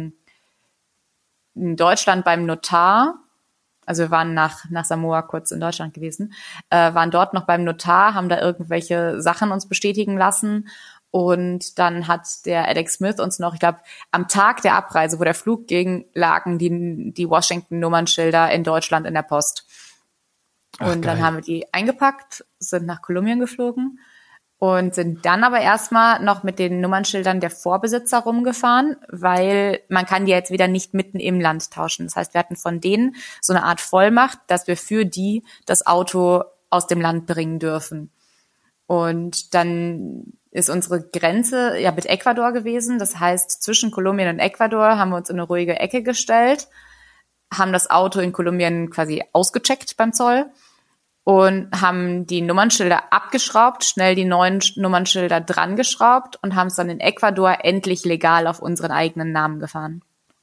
in Deutschland beim Notar. Also wir waren nach Samoa kurz in Deutschland gewesen, waren dort noch beim Notar, haben da irgendwelche Sachen uns bestätigen lassen und dann hat der Alex Smith uns noch, ich glaube, am Tag der Abreise, wo der Flug ging, lagen die Washington-Nummernschilder in Deutschland in der Post. Und dann haben wir die eingepackt, sind nach Kolumbien geflogen und sind dann aber erstmal noch mit den Nummernschildern der Vorbesitzer rumgefahren, weil man kann die jetzt wieder nicht mitten im Land tauschen. Das heißt, wir hatten von denen so eine Art Vollmacht, dass wir für die das Auto aus dem Land bringen dürfen. Und dann ist unsere Grenze ja mit Ecuador gewesen. Das heißt, zwischen Kolumbien und Ecuador haben wir uns in eine ruhige Ecke gestellt, haben das Auto in Kolumbien quasi ausgecheckt beim Zoll und haben die Nummernschilder abgeschraubt, schnell die neuen Nummernschilder dran geschraubt und haben es dann in Ecuador endlich legal auf unseren eigenen Namen gefahren.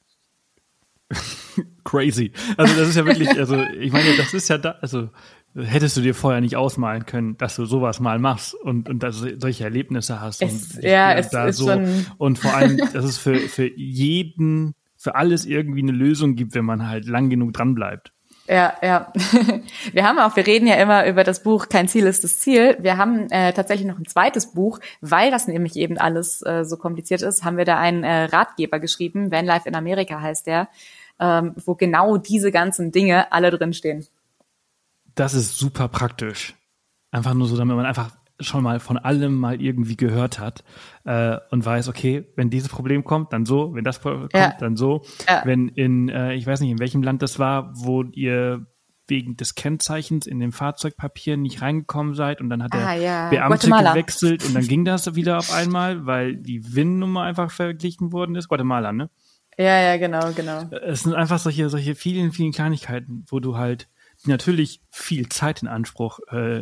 Crazy. Also das ist ja wirklich, also ich meine, das ist ja da, also hättest du dir vorher nicht ausmalen können, dass du sowas mal machst und dass du solche Erlebnisse hast. Es ist so, schon. und vor allem, dass es für jeden, für alles irgendwie eine Lösung gibt, wenn man halt lang genug dran bleibt. Ja. Wir reden ja immer über das Buch Kein Ziel ist das Ziel. Wir haben tatsächlich noch ein zweites Buch, weil das nämlich eben alles so kompliziert ist, haben wir da einen Ratgeber geschrieben, Vanlife in Amerika heißt der, wo genau diese ganzen Dinge alle drinstehen. Das ist super praktisch. Einfach nur so, damit man einfach schon mal von allem mal irgendwie gehört hat und weiß, okay, wenn dieses Problem kommt, dann so, wenn das kommt, dann so. Ja. Wenn ich weiß nicht, in welchem Land das war, wo ihr wegen des Kennzeichens in dem Fahrzeugpapier nicht reingekommen seid und dann hat der Beamte gewechselt und dann ging das wieder auf einmal, weil die VIN-Nummer einfach verglichen worden ist. Guatemala, ne? Ja, genau. Es sind einfach solche vielen, vielen Kleinigkeiten, wo du halt natürlich viel Zeit in Anspruch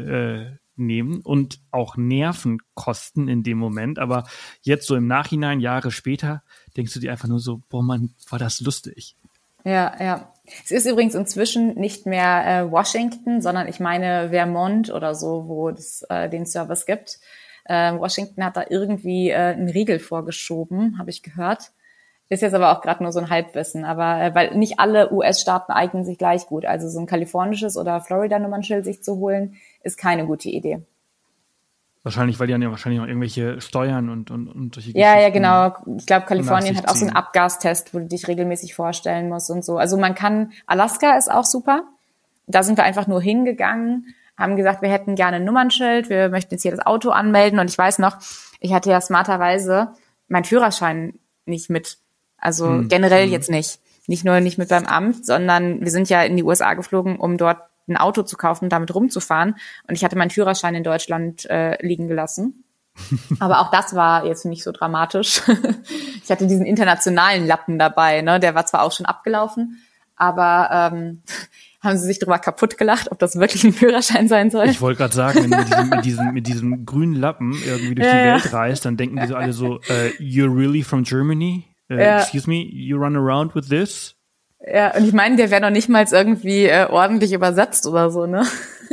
nehmen und auch Nerven kosten in dem Moment, aber jetzt so im Nachhinein, Jahre später, denkst du dir einfach nur so, boah Mann, war das lustig. Ja. Es ist übrigens inzwischen nicht mehr Washington, sondern ich meine Vermont oder so, wo es den Service gibt. Washington hat da irgendwie einen Riegel vorgeschoben, habe ich gehört. Ist jetzt aber auch gerade nur so ein Halbwissen, aber weil nicht alle US-Staaten eignen sich gleich gut. Also so ein kalifornisches oder Florida-Nummernschild sich zu holen, ist keine gute Idee. Wahrscheinlich, weil die dann ja wahrscheinlich noch irgendwelche Steuern und solche Geschichten. Ja, genau. Ich glaube, Kalifornien hat auch so einen Abgastest, wo du dich regelmäßig vorstellen musst und so. Also Alaska ist auch super. Da sind wir einfach nur hingegangen, haben gesagt, wir hätten gerne ein Nummernschild, wir möchten jetzt hier das Auto anmelden. Und ich weiß noch, ich hatte ja smarterweise meinen Führerschein nicht mit. Also generell jetzt nicht. Nicht nur nicht mit beim Amt, sondern wir sind ja in die USA geflogen, um dort ein Auto zu kaufen, damit rumzufahren. Und ich hatte meinen Führerschein in Deutschland liegen gelassen. Aber auch das war jetzt nicht so dramatisch. Ich hatte diesen internationalen Lappen dabei, ne? Der war zwar auch schon abgelaufen, aber haben sie sich drüber kaputt gelacht, ob das wirklich ein Führerschein sein soll? Ich wollte gerade sagen, wenn du mit diesem grünen Lappen irgendwie durch die Welt reist, dann denken die so alle so, you're really from Germany? Excuse me, you run around with this? Ja, und ich meine, der wäre noch nicht mal irgendwie ordentlich übersetzt oder so, ne?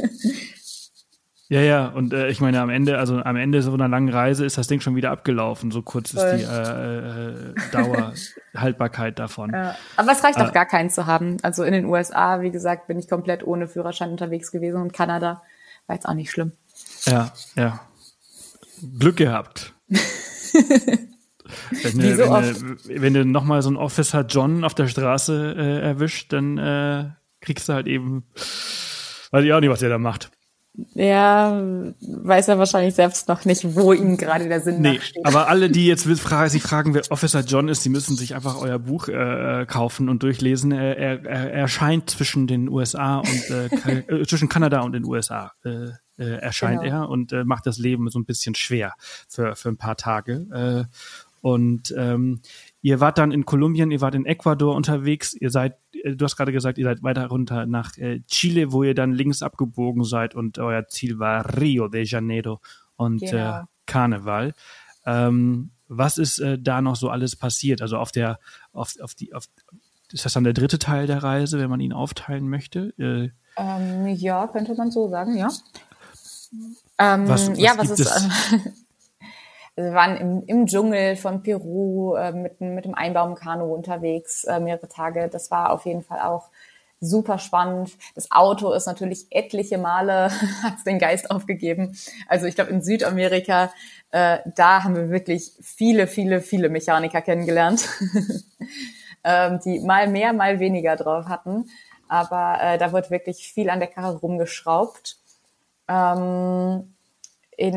Ja, und ich meine, am Ende so einer langen Reise ist das Ding schon wieder abgelaufen. So kurz ist die Dauerhaltbarkeit davon. Ja. Aber es reicht auch gar keinen zu haben. Also in den USA, wie gesagt, bin ich komplett ohne Führerschein unterwegs gewesen und Kanada war jetzt auch nicht schlimm. Ja. Glück gehabt. Wenn du nochmal so einen Officer John auf der Straße erwischt, dann kriegst du halt eben, weiß ich auch nicht, was der da macht. Ja, weiß er wahrscheinlich selbst noch nicht, wo ihm gerade der Sinn nachsteht. Aber alle, die jetzt sich fragen, wer Officer John ist, die müssen sich einfach euer Buch kaufen und durchlesen. Er erscheint zwischen den USA und zwischen Kanada und den USA. Erscheint er und macht das Leben so ein bisschen schwer für ein paar Tage. Und ihr wart dann in Kolumbien, ihr wart in Ecuador unterwegs, du hast gerade gesagt, ihr seid weiter runter nach Chile, wo ihr dann links abgebogen seid und euer Ziel war Rio de Janeiro und Karneval. Was ist da noch so alles passiert? Also ist das dann der dritte Teil der Reise, wenn man ihn aufteilen möchte? Ja, könnte man so sagen, ja. Was ist Wir waren im Dschungel von Peru mit dem Einbaumkanu unterwegs, mehrere Tage. Das war auf jeden Fall auch super spannend. Das Auto ist natürlich etliche Male, hat's den Geist aufgegeben. Also ich glaube in Südamerika, da haben wir wirklich viele, viele, viele Mechaniker kennengelernt, die mal mehr, mal weniger drauf hatten. Aber da wird wirklich viel an der Karre rumgeschraubt. In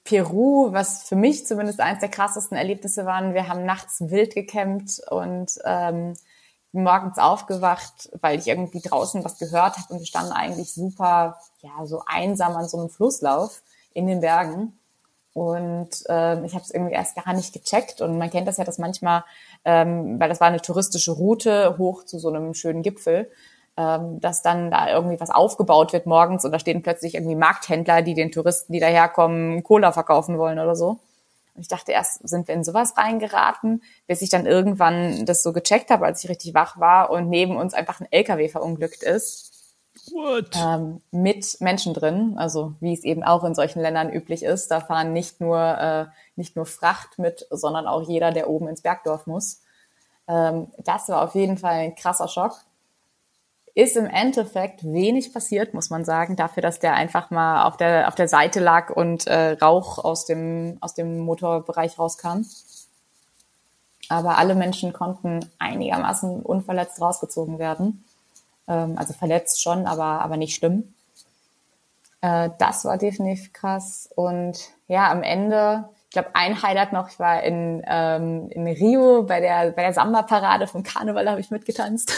Peru, was für mich zumindest eines der krassesten Erlebnisse waren, wir haben nachts wild gecampt und morgens aufgewacht, weil ich irgendwie draußen was gehört habe und wir standen eigentlich super, so einsam an so einem Flusslauf in den Bergen. Und ich habe es irgendwie erst gar nicht gecheckt. Und man kennt das ja, dass manchmal, weil das war eine touristische Route hoch zu so einem schönen Gipfel, dass dann da irgendwie was aufgebaut wird morgens und da stehen plötzlich irgendwie Markthändler, die den Touristen, die daherkommen, Cola verkaufen wollen oder so. Und ich dachte erst, sind wir in sowas reingeraten, bis ich dann irgendwann das so gecheckt habe, als ich richtig wach war und neben uns einfach ein LKW verunglückt ist. What? Mit Menschen drin, also wie es eben auch in solchen Ländern üblich ist. Da fahren nicht nur Fracht mit, sondern auch jeder, der oben ins Bergdorf muss. Das war auf jeden Fall ein krasser Schock. Ist im Endeffekt wenig passiert, muss man sagen, dafür, dass der einfach mal auf der Seite lag und Rauch aus dem Motorbereich rauskam. Aber alle Menschen konnten einigermaßen unverletzt rausgezogen werden. Also verletzt schon, aber nicht schlimm. Das war definitiv krass. Und ja, am Ende, ich glaube, ein Highlight noch, ich war in Rio bei der Samba-Parade vom Karneval, da habe ich mitgetanzt.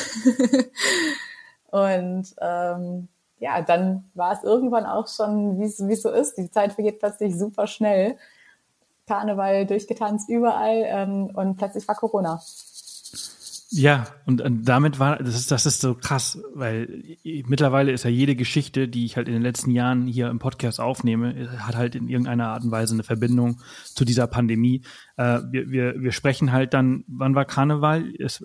Und dann war es irgendwann auch schon, wie es so ist. Die Zeit vergeht plötzlich super schnell. Karneval durchgetanzt überall und plötzlich war Corona. Ja, und damit das ist so krass, weil mittlerweile ist ja jede Geschichte, die ich halt in den letzten Jahren hier im Podcast aufnehme, hat halt in irgendeiner Art und Weise eine Verbindung zu dieser Pandemie. Wir sprechen halt dann, wann war Karneval?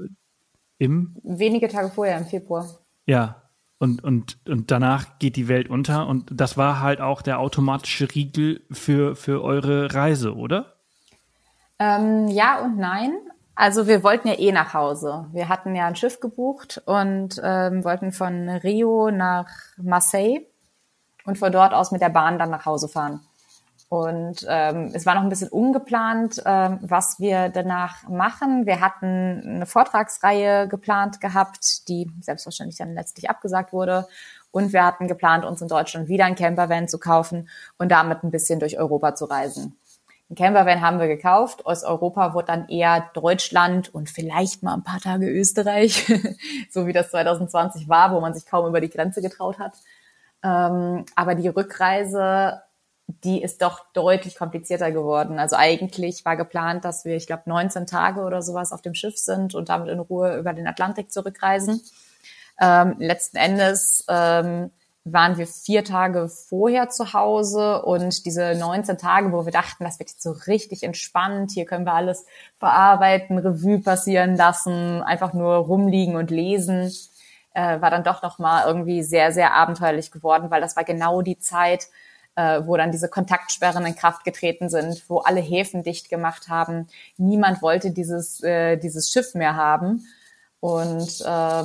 Wenige Tage vorher, im Februar. Ja, und danach geht die Welt unter und das war halt auch der automatische Riegel für eure Reise, oder? Ja und nein. Also wir wollten ja nach Hause. Wir hatten ja ein Schiff gebucht und wollten von Rio nach Marseille und von dort aus mit der Bahn dann nach Hause fahren. Und es war noch ein bisschen ungeplant, was wir danach machen. Wir hatten eine Vortragsreihe geplant gehabt, die selbstverständlich dann letztlich abgesagt wurde. Und wir hatten geplant, uns in Deutschland wieder ein Campervan zu kaufen und damit ein bisschen durch Europa zu reisen. Ein Campervan haben wir gekauft. Aus Europa wurde dann eher Deutschland und vielleicht mal ein paar Tage Österreich, so wie das 2020 war, wo man sich kaum über die Grenze getraut hat. Aber die Rückreise, die ist doch deutlich komplizierter geworden. Also eigentlich war geplant, dass wir, ich glaube, 19 Tage oder sowas auf dem Schiff sind und damit in Ruhe über den Atlantik zurückreisen. Letzten Endes waren wir 4 Tage vorher zu Hause und diese 19 Tage, wo wir dachten, das wird jetzt so richtig entspannt, hier können wir alles verarbeiten, Revue passieren lassen, einfach nur rumliegen und lesen, war dann doch nochmal irgendwie sehr, sehr abenteuerlich geworden, weil das war genau die Zeit, wo dann diese Kontaktsperren in Kraft getreten sind, wo alle Häfen dicht gemacht haben. Niemand wollte dieses Schiff mehr haben und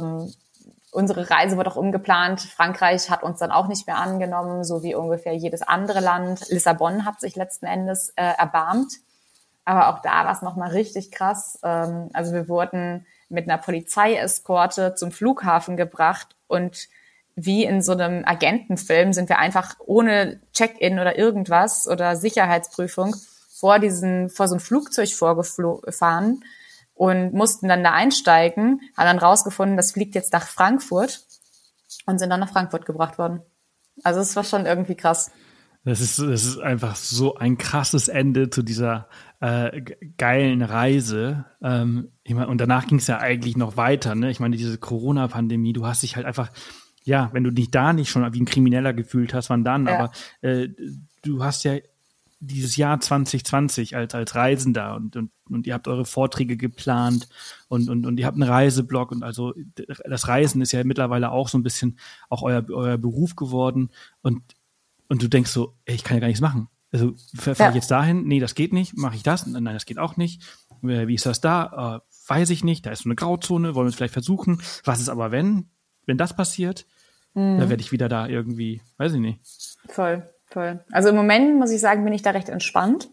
unsere Reise wurde auch umgeplant. Frankreich hat uns dann auch nicht mehr angenommen, so wie ungefähr jedes andere Land. Lissabon hat sich letzten Endes erbarmt. Aber auch da war es nochmal richtig krass. Also wir wurden mit einer Polizeieskorte zum Flughafen gebracht und wie in so einem Agentenfilm sind wir einfach ohne Check-in oder irgendwas oder Sicherheitsprüfung vor so ein Flugzeug vorgefahren und mussten dann da einsteigen, haben dann rausgefunden, das fliegt jetzt nach Frankfurt und sind dann nach Frankfurt gebracht worden. Also es war schon irgendwie krass. Das ist einfach so ein krasses Ende zu dieser geilen Reise. Ich meine, und danach ging es ja eigentlich noch weiter, ne? Ich meine, diese Corona-Pandemie, du hast dich halt einfach, ja, wenn du dich da nicht schon wie ein Krimineller gefühlt hast, wann dann? Ja. Aber du hast ja dieses Jahr 2020 als Reisender und ihr habt eure Vorträge geplant und ihr habt einen Reiseblog und also das Reisen ist ja mittlerweile auch so ein bisschen auch euer Beruf geworden und du denkst so, ey, ich kann ja gar nichts machen. Also fahre ich jetzt dahin? Nee, das geht nicht. Mache ich das? Nein, das geht auch nicht. Wie ist das da? Weiß ich nicht. Da ist so eine Grauzone. Wollen wir es vielleicht versuchen? Was ist aber, wenn das passiert? Da werde ich wieder da irgendwie, weiß ich nicht. Voll. Also im Moment, muss ich sagen, bin ich da recht entspannt.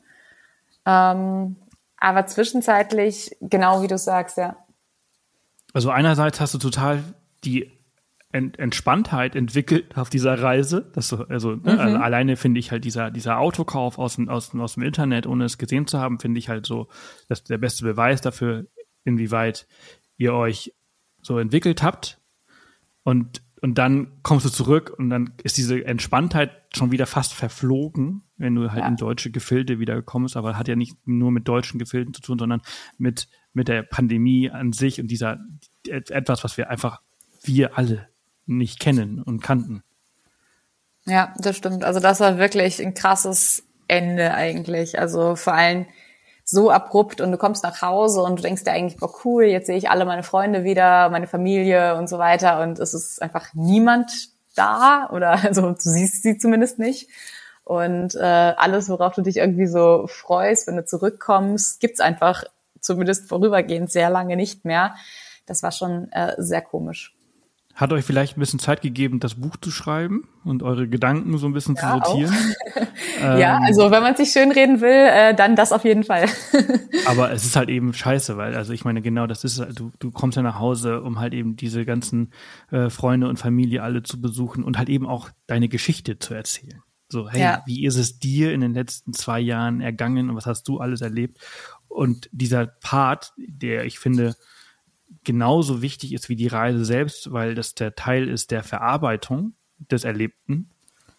Aber zwischenzeitlich, genau wie du sagst, ja. Also einerseits hast du total die Entspanntheit entwickelt auf dieser Reise. Also alleine finde ich halt dieser Autokauf aus dem Internet, ohne es gesehen zu haben, finde ich halt so, dass der beste Beweis dafür, inwieweit ihr euch so entwickelt habt. Und dann kommst du zurück und dann ist diese Entspanntheit schon wieder fast verflogen, wenn du halt in deutsche Gefilde wieder kommst. Aber hat ja nicht nur mit deutschen Gefilden zu tun, sondern mit der Pandemie an sich und etwas, was wir alle nicht kennen und kannten. Ja, das stimmt. Also das war wirklich ein krasses Ende eigentlich. Also vor allem so abrupt und du kommst nach Hause und du denkst dir eigentlich, boah cool, jetzt sehe ich alle meine Freunde wieder, meine Familie und so weiter und es ist einfach niemand da oder also du siehst sie zumindest nicht. Und alles, worauf du dich irgendwie so freust, wenn du zurückkommst, gibt's einfach zumindest vorübergehend sehr lange nicht mehr. Das war schon sehr komisch. Hat euch vielleicht ein bisschen Zeit gegeben, das Buch zu schreiben und eure Gedanken so ein bisschen zu sortieren? Ja, also wenn man sich schönreden will, dann das auf jeden Fall. Aber es ist halt eben scheiße, weil, also ich meine, genau das ist, du kommst ja nach Hause, um halt eben diese ganzen Freunde und Familie alle zu besuchen und halt eben auch deine Geschichte zu erzählen. So, hey, wie ist es dir in den letzten 2 Jahren ergangen und was hast du alles erlebt? Und dieser Part, der ich finde, genauso wichtig ist wie die Reise selbst, weil das der Teil ist der Verarbeitung des Erlebten,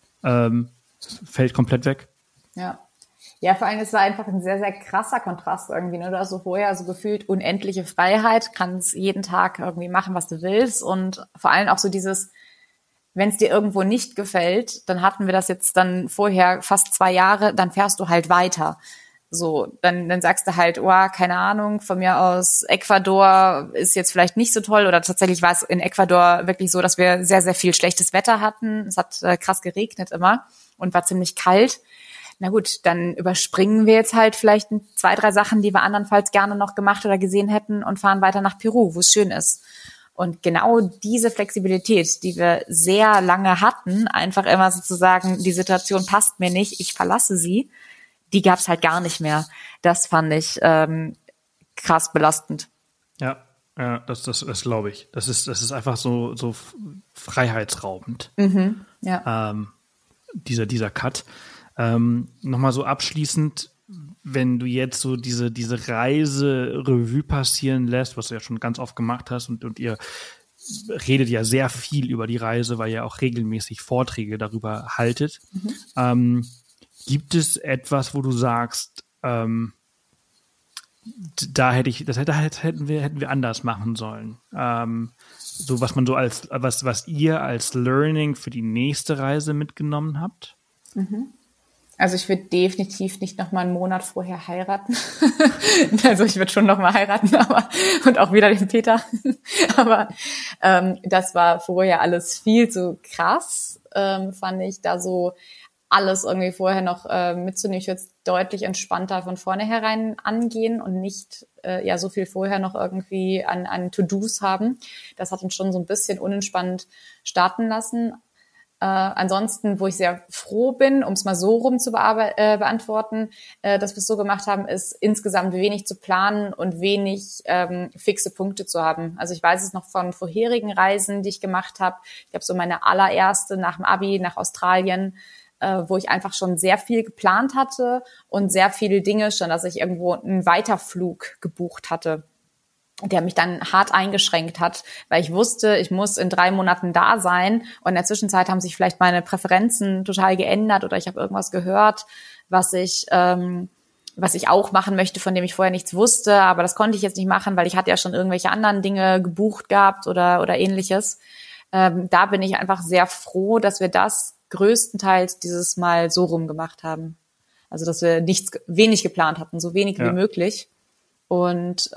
fällt komplett weg. Ja. Ja, vor allem, es war einfach ein sehr, sehr krasser Kontrast irgendwie, ne? Du hast so vorher so gefühlt unendliche Freiheit, kannst jeden Tag irgendwie machen, was du willst und vor allem auch so dieses, wenn es dir irgendwo nicht gefällt, dann hatten wir das jetzt dann vorher fast 2 Jahre, dann fährst du halt weiter. So, dann sagst du halt, oh, keine Ahnung, von mir aus Ecuador ist jetzt vielleicht nicht so toll oder tatsächlich war es in Ecuador wirklich so, dass wir sehr, sehr viel schlechtes Wetter hatten. Es hat krass geregnet immer und war ziemlich kalt. Na gut, dann überspringen wir jetzt halt vielleicht 2, 3 Sachen, die wir andernfalls gerne noch gemacht oder gesehen hätten und fahren weiter nach Peru, wo es schön ist. Und genau diese Flexibilität, die wir sehr lange hatten, einfach immer sozusagen, die Situation passt mir nicht, ich verlasse sie, die gab's halt gar nicht mehr. Das fand ich krass belastend. Ja, das glaube ich. Das ist einfach so freiheitsraubend. Ja. Dieser Cut. Nochmal so abschließend, wenn du jetzt so diese Reise Revue passieren lässt, was du ja schon ganz oft gemacht hast und ihr redet ja sehr viel über die Reise, weil ihr auch regelmäßig Vorträge darüber haltet. Gibt es etwas, wo du sagst, hätten wir anders machen sollen? So was man so was ihr als Learning für die nächste Reise mitgenommen habt? Also ich würde definitiv nicht noch mal einen Monat vorher heiraten. Also ich würde schon noch mal heiraten, und auch wieder den Peter. Aber das war vorher alles viel zu krass, fand ich, da so alles irgendwie vorher noch mitzunehmen. Ich würde es deutlich entspannter von vornherein angehen und nicht so viel vorher noch irgendwie an To-Dos haben. Das hat uns schon so ein bisschen unentspannt starten lassen. Ansonsten, wo ich sehr froh bin, um es mal so rum zu beantworten, dass wir es so gemacht haben, ist insgesamt wenig zu planen und wenig fixe Punkte zu haben. Also ich weiß es noch von vorherigen Reisen, die ich gemacht habe. Ich habe so meine allererste nach dem Abi nach Australien, wo ich einfach schon sehr viel geplant hatte und sehr viele Dinge schon, dass ich irgendwo einen Weiterflug gebucht hatte, der mich dann hart eingeschränkt hat, weil ich wusste, ich muss in 3 Monaten da sein und in der Zwischenzeit haben sich vielleicht meine Präferenzen total geändert oder ich habe irgendwas gehört, was ich auch machen möchte, von dem ich vorher nichts wusste, aber das konnte ich jetzt nicht machen, weil ich hatte ja schon irgendwelche anderen Dinge gebucht gehabt oder ähnliches. Da bin ich einfach sehr froh, dass wir das größtenteils dieses Mal so rum gemacht haben. Also, dass wir wenig geplant hatten, so wenig wie möglich. Und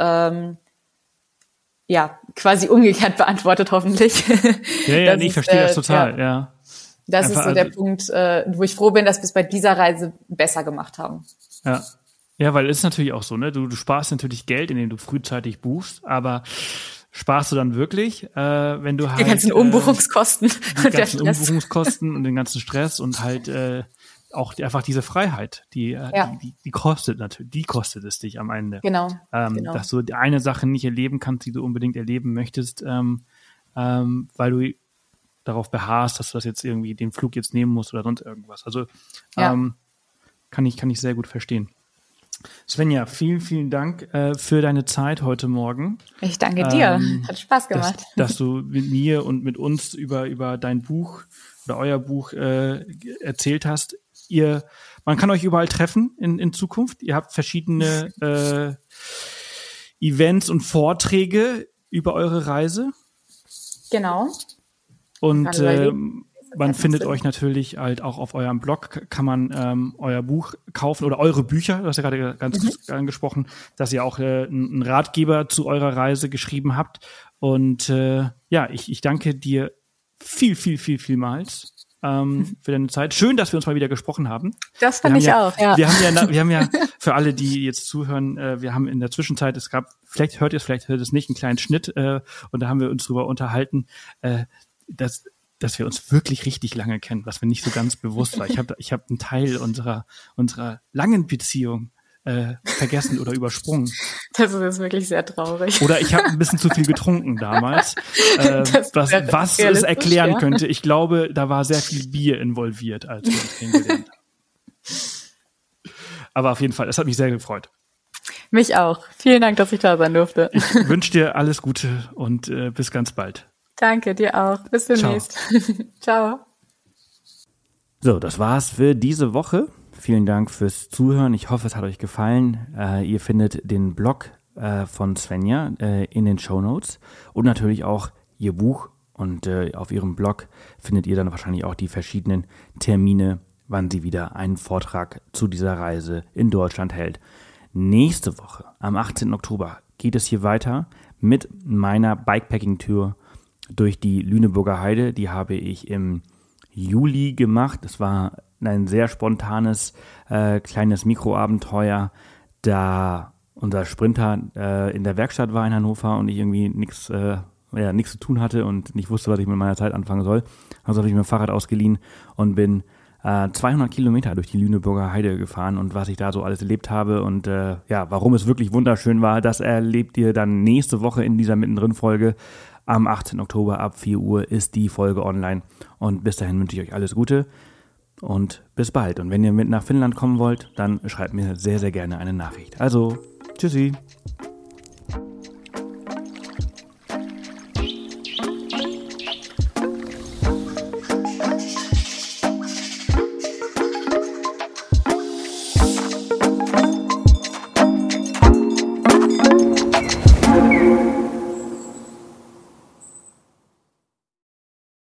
quasi umgekehrt beantwortet hoffentlich. Ja, ich verstehe das total, ja. Das einfach, ist so der Punkt, wo ich froh bin, dass wir es bei dieser Reise besser gemacht haben. Ja. Ja, weil es ist natürlich auch so, ne? Du sparst natürlich Geld, indem du frühzeitig buchst, aber sparst du dann wirklich, wenn du halt die ganzen Umbuchungskosten und Umbuchungskosten und den ganzen Stress und halt auch einfach diese Freiheit, die kostet natürlich, die kostet es dich am Ende. Genau. Dass du eine Sache nicht erleben kannst, die du unbedingt erleben möchtest, weil du darauf beharrst, dass du das jetzt irgendwie den Flug jetzt nehmen musst oder sonst irgendwas. Also Ja. kann ich sehr gut verstehen. Svenja, vielen, vielen Dank für deine Zeit heute Morgen. Ich danke dir. Hat Spaß gemacht. Dass du mit mir und mit uns über dein Buch oder euer Buch erzählt hast. Man kann euch überall treffen in Zukunft. Ihr habt verschiedene Events und Vorträge über eure Reise. Genau. Und man findet euch natürlich halt auch auf eurem Blog, kann man euer Buch kaufen oder eure Bücher, du hast ja gerade ganz angesprochen, dass ihr auch einen Ratgeber zu eurer Reise geschrieben habt. Und ich danke dir vielmals für deine Zeit. Schön, dass wir uns mal wieder gesprochen haben. Das fand ich auch, ja. Wir haben ja für alle, die jetzt zuhören, wir haben in der Zwischenzeit, vielleicht hört ihr es nicht, einen kleinen Schnitt und da haben wir uns drüber unterhalten, dass wir uns wirklich richtig lange kennen, was mir nicht so ganz bewusst war. Ich hab einen Teil unserer langen Beziehung vergessen oder übersprungen. Das ist jetzt wirklich sehr traurig. Oder ich habe ein bisschen zu viel getrunken damals, was es erklären könnte. Ich glaube, da war sehr viel Bier involviert, als wir uns kennengelernt haben. Aber auf jeden Fall, es hat mich sehr gefreut. Mich auch. Vielen Dank, dass ich da sein durfte. Ich wünsche dir alles Gute und bis ganz bald. Danke, dir auch. Bis demnächst. Ciao. So, das war's für diese Woche. Vielen Dank fürs Zuhören. Ich hoffe, es hat euch gefallen. Ihr findet den Blog von Svenja in den Shownotes und natürlich auch ihr Buch. Und auf ihrem Blog findet ihr dann wahrscheinlich auch die verschiedenen Termine, wann sie wieder einen Vortrag zu dieser Reise in Deutschland hält. Nächste Woche, am 18. Oktober, geht es hier weiter mit meiner Bikepacking-Tour durch die Lüneburger Heide. Die habe ich im Juli gemacht. Das war ein sehr spontanes kleines Mikroabenteuer, da unser Sprinter in der Werkstatt war in Hannover und ich irgendwie nichts zu tun hatte und nicht wusste, was ich mit meiner Zeit anfangen soll. Also habe ich mir ein Fahrrad ausgeliehen und bin 200 Kilometer durch die Lüneburger Heide gefahren und was ich da so alles erlebt habe und warum es wirklich wunderschön war, das erlebt ihr dann nächste Woche in dieser Mittendrin-Folge. Am 18. Oktober ab 4 Uhr ist die Folge online und bis dahin wünsche ich euch alles Gute und bis bald. Und wenn ihr mit nach Finnland kommen wollt, dann schreibt mir sehr, sehr gerne eine Nachricht. Also, tschüssi.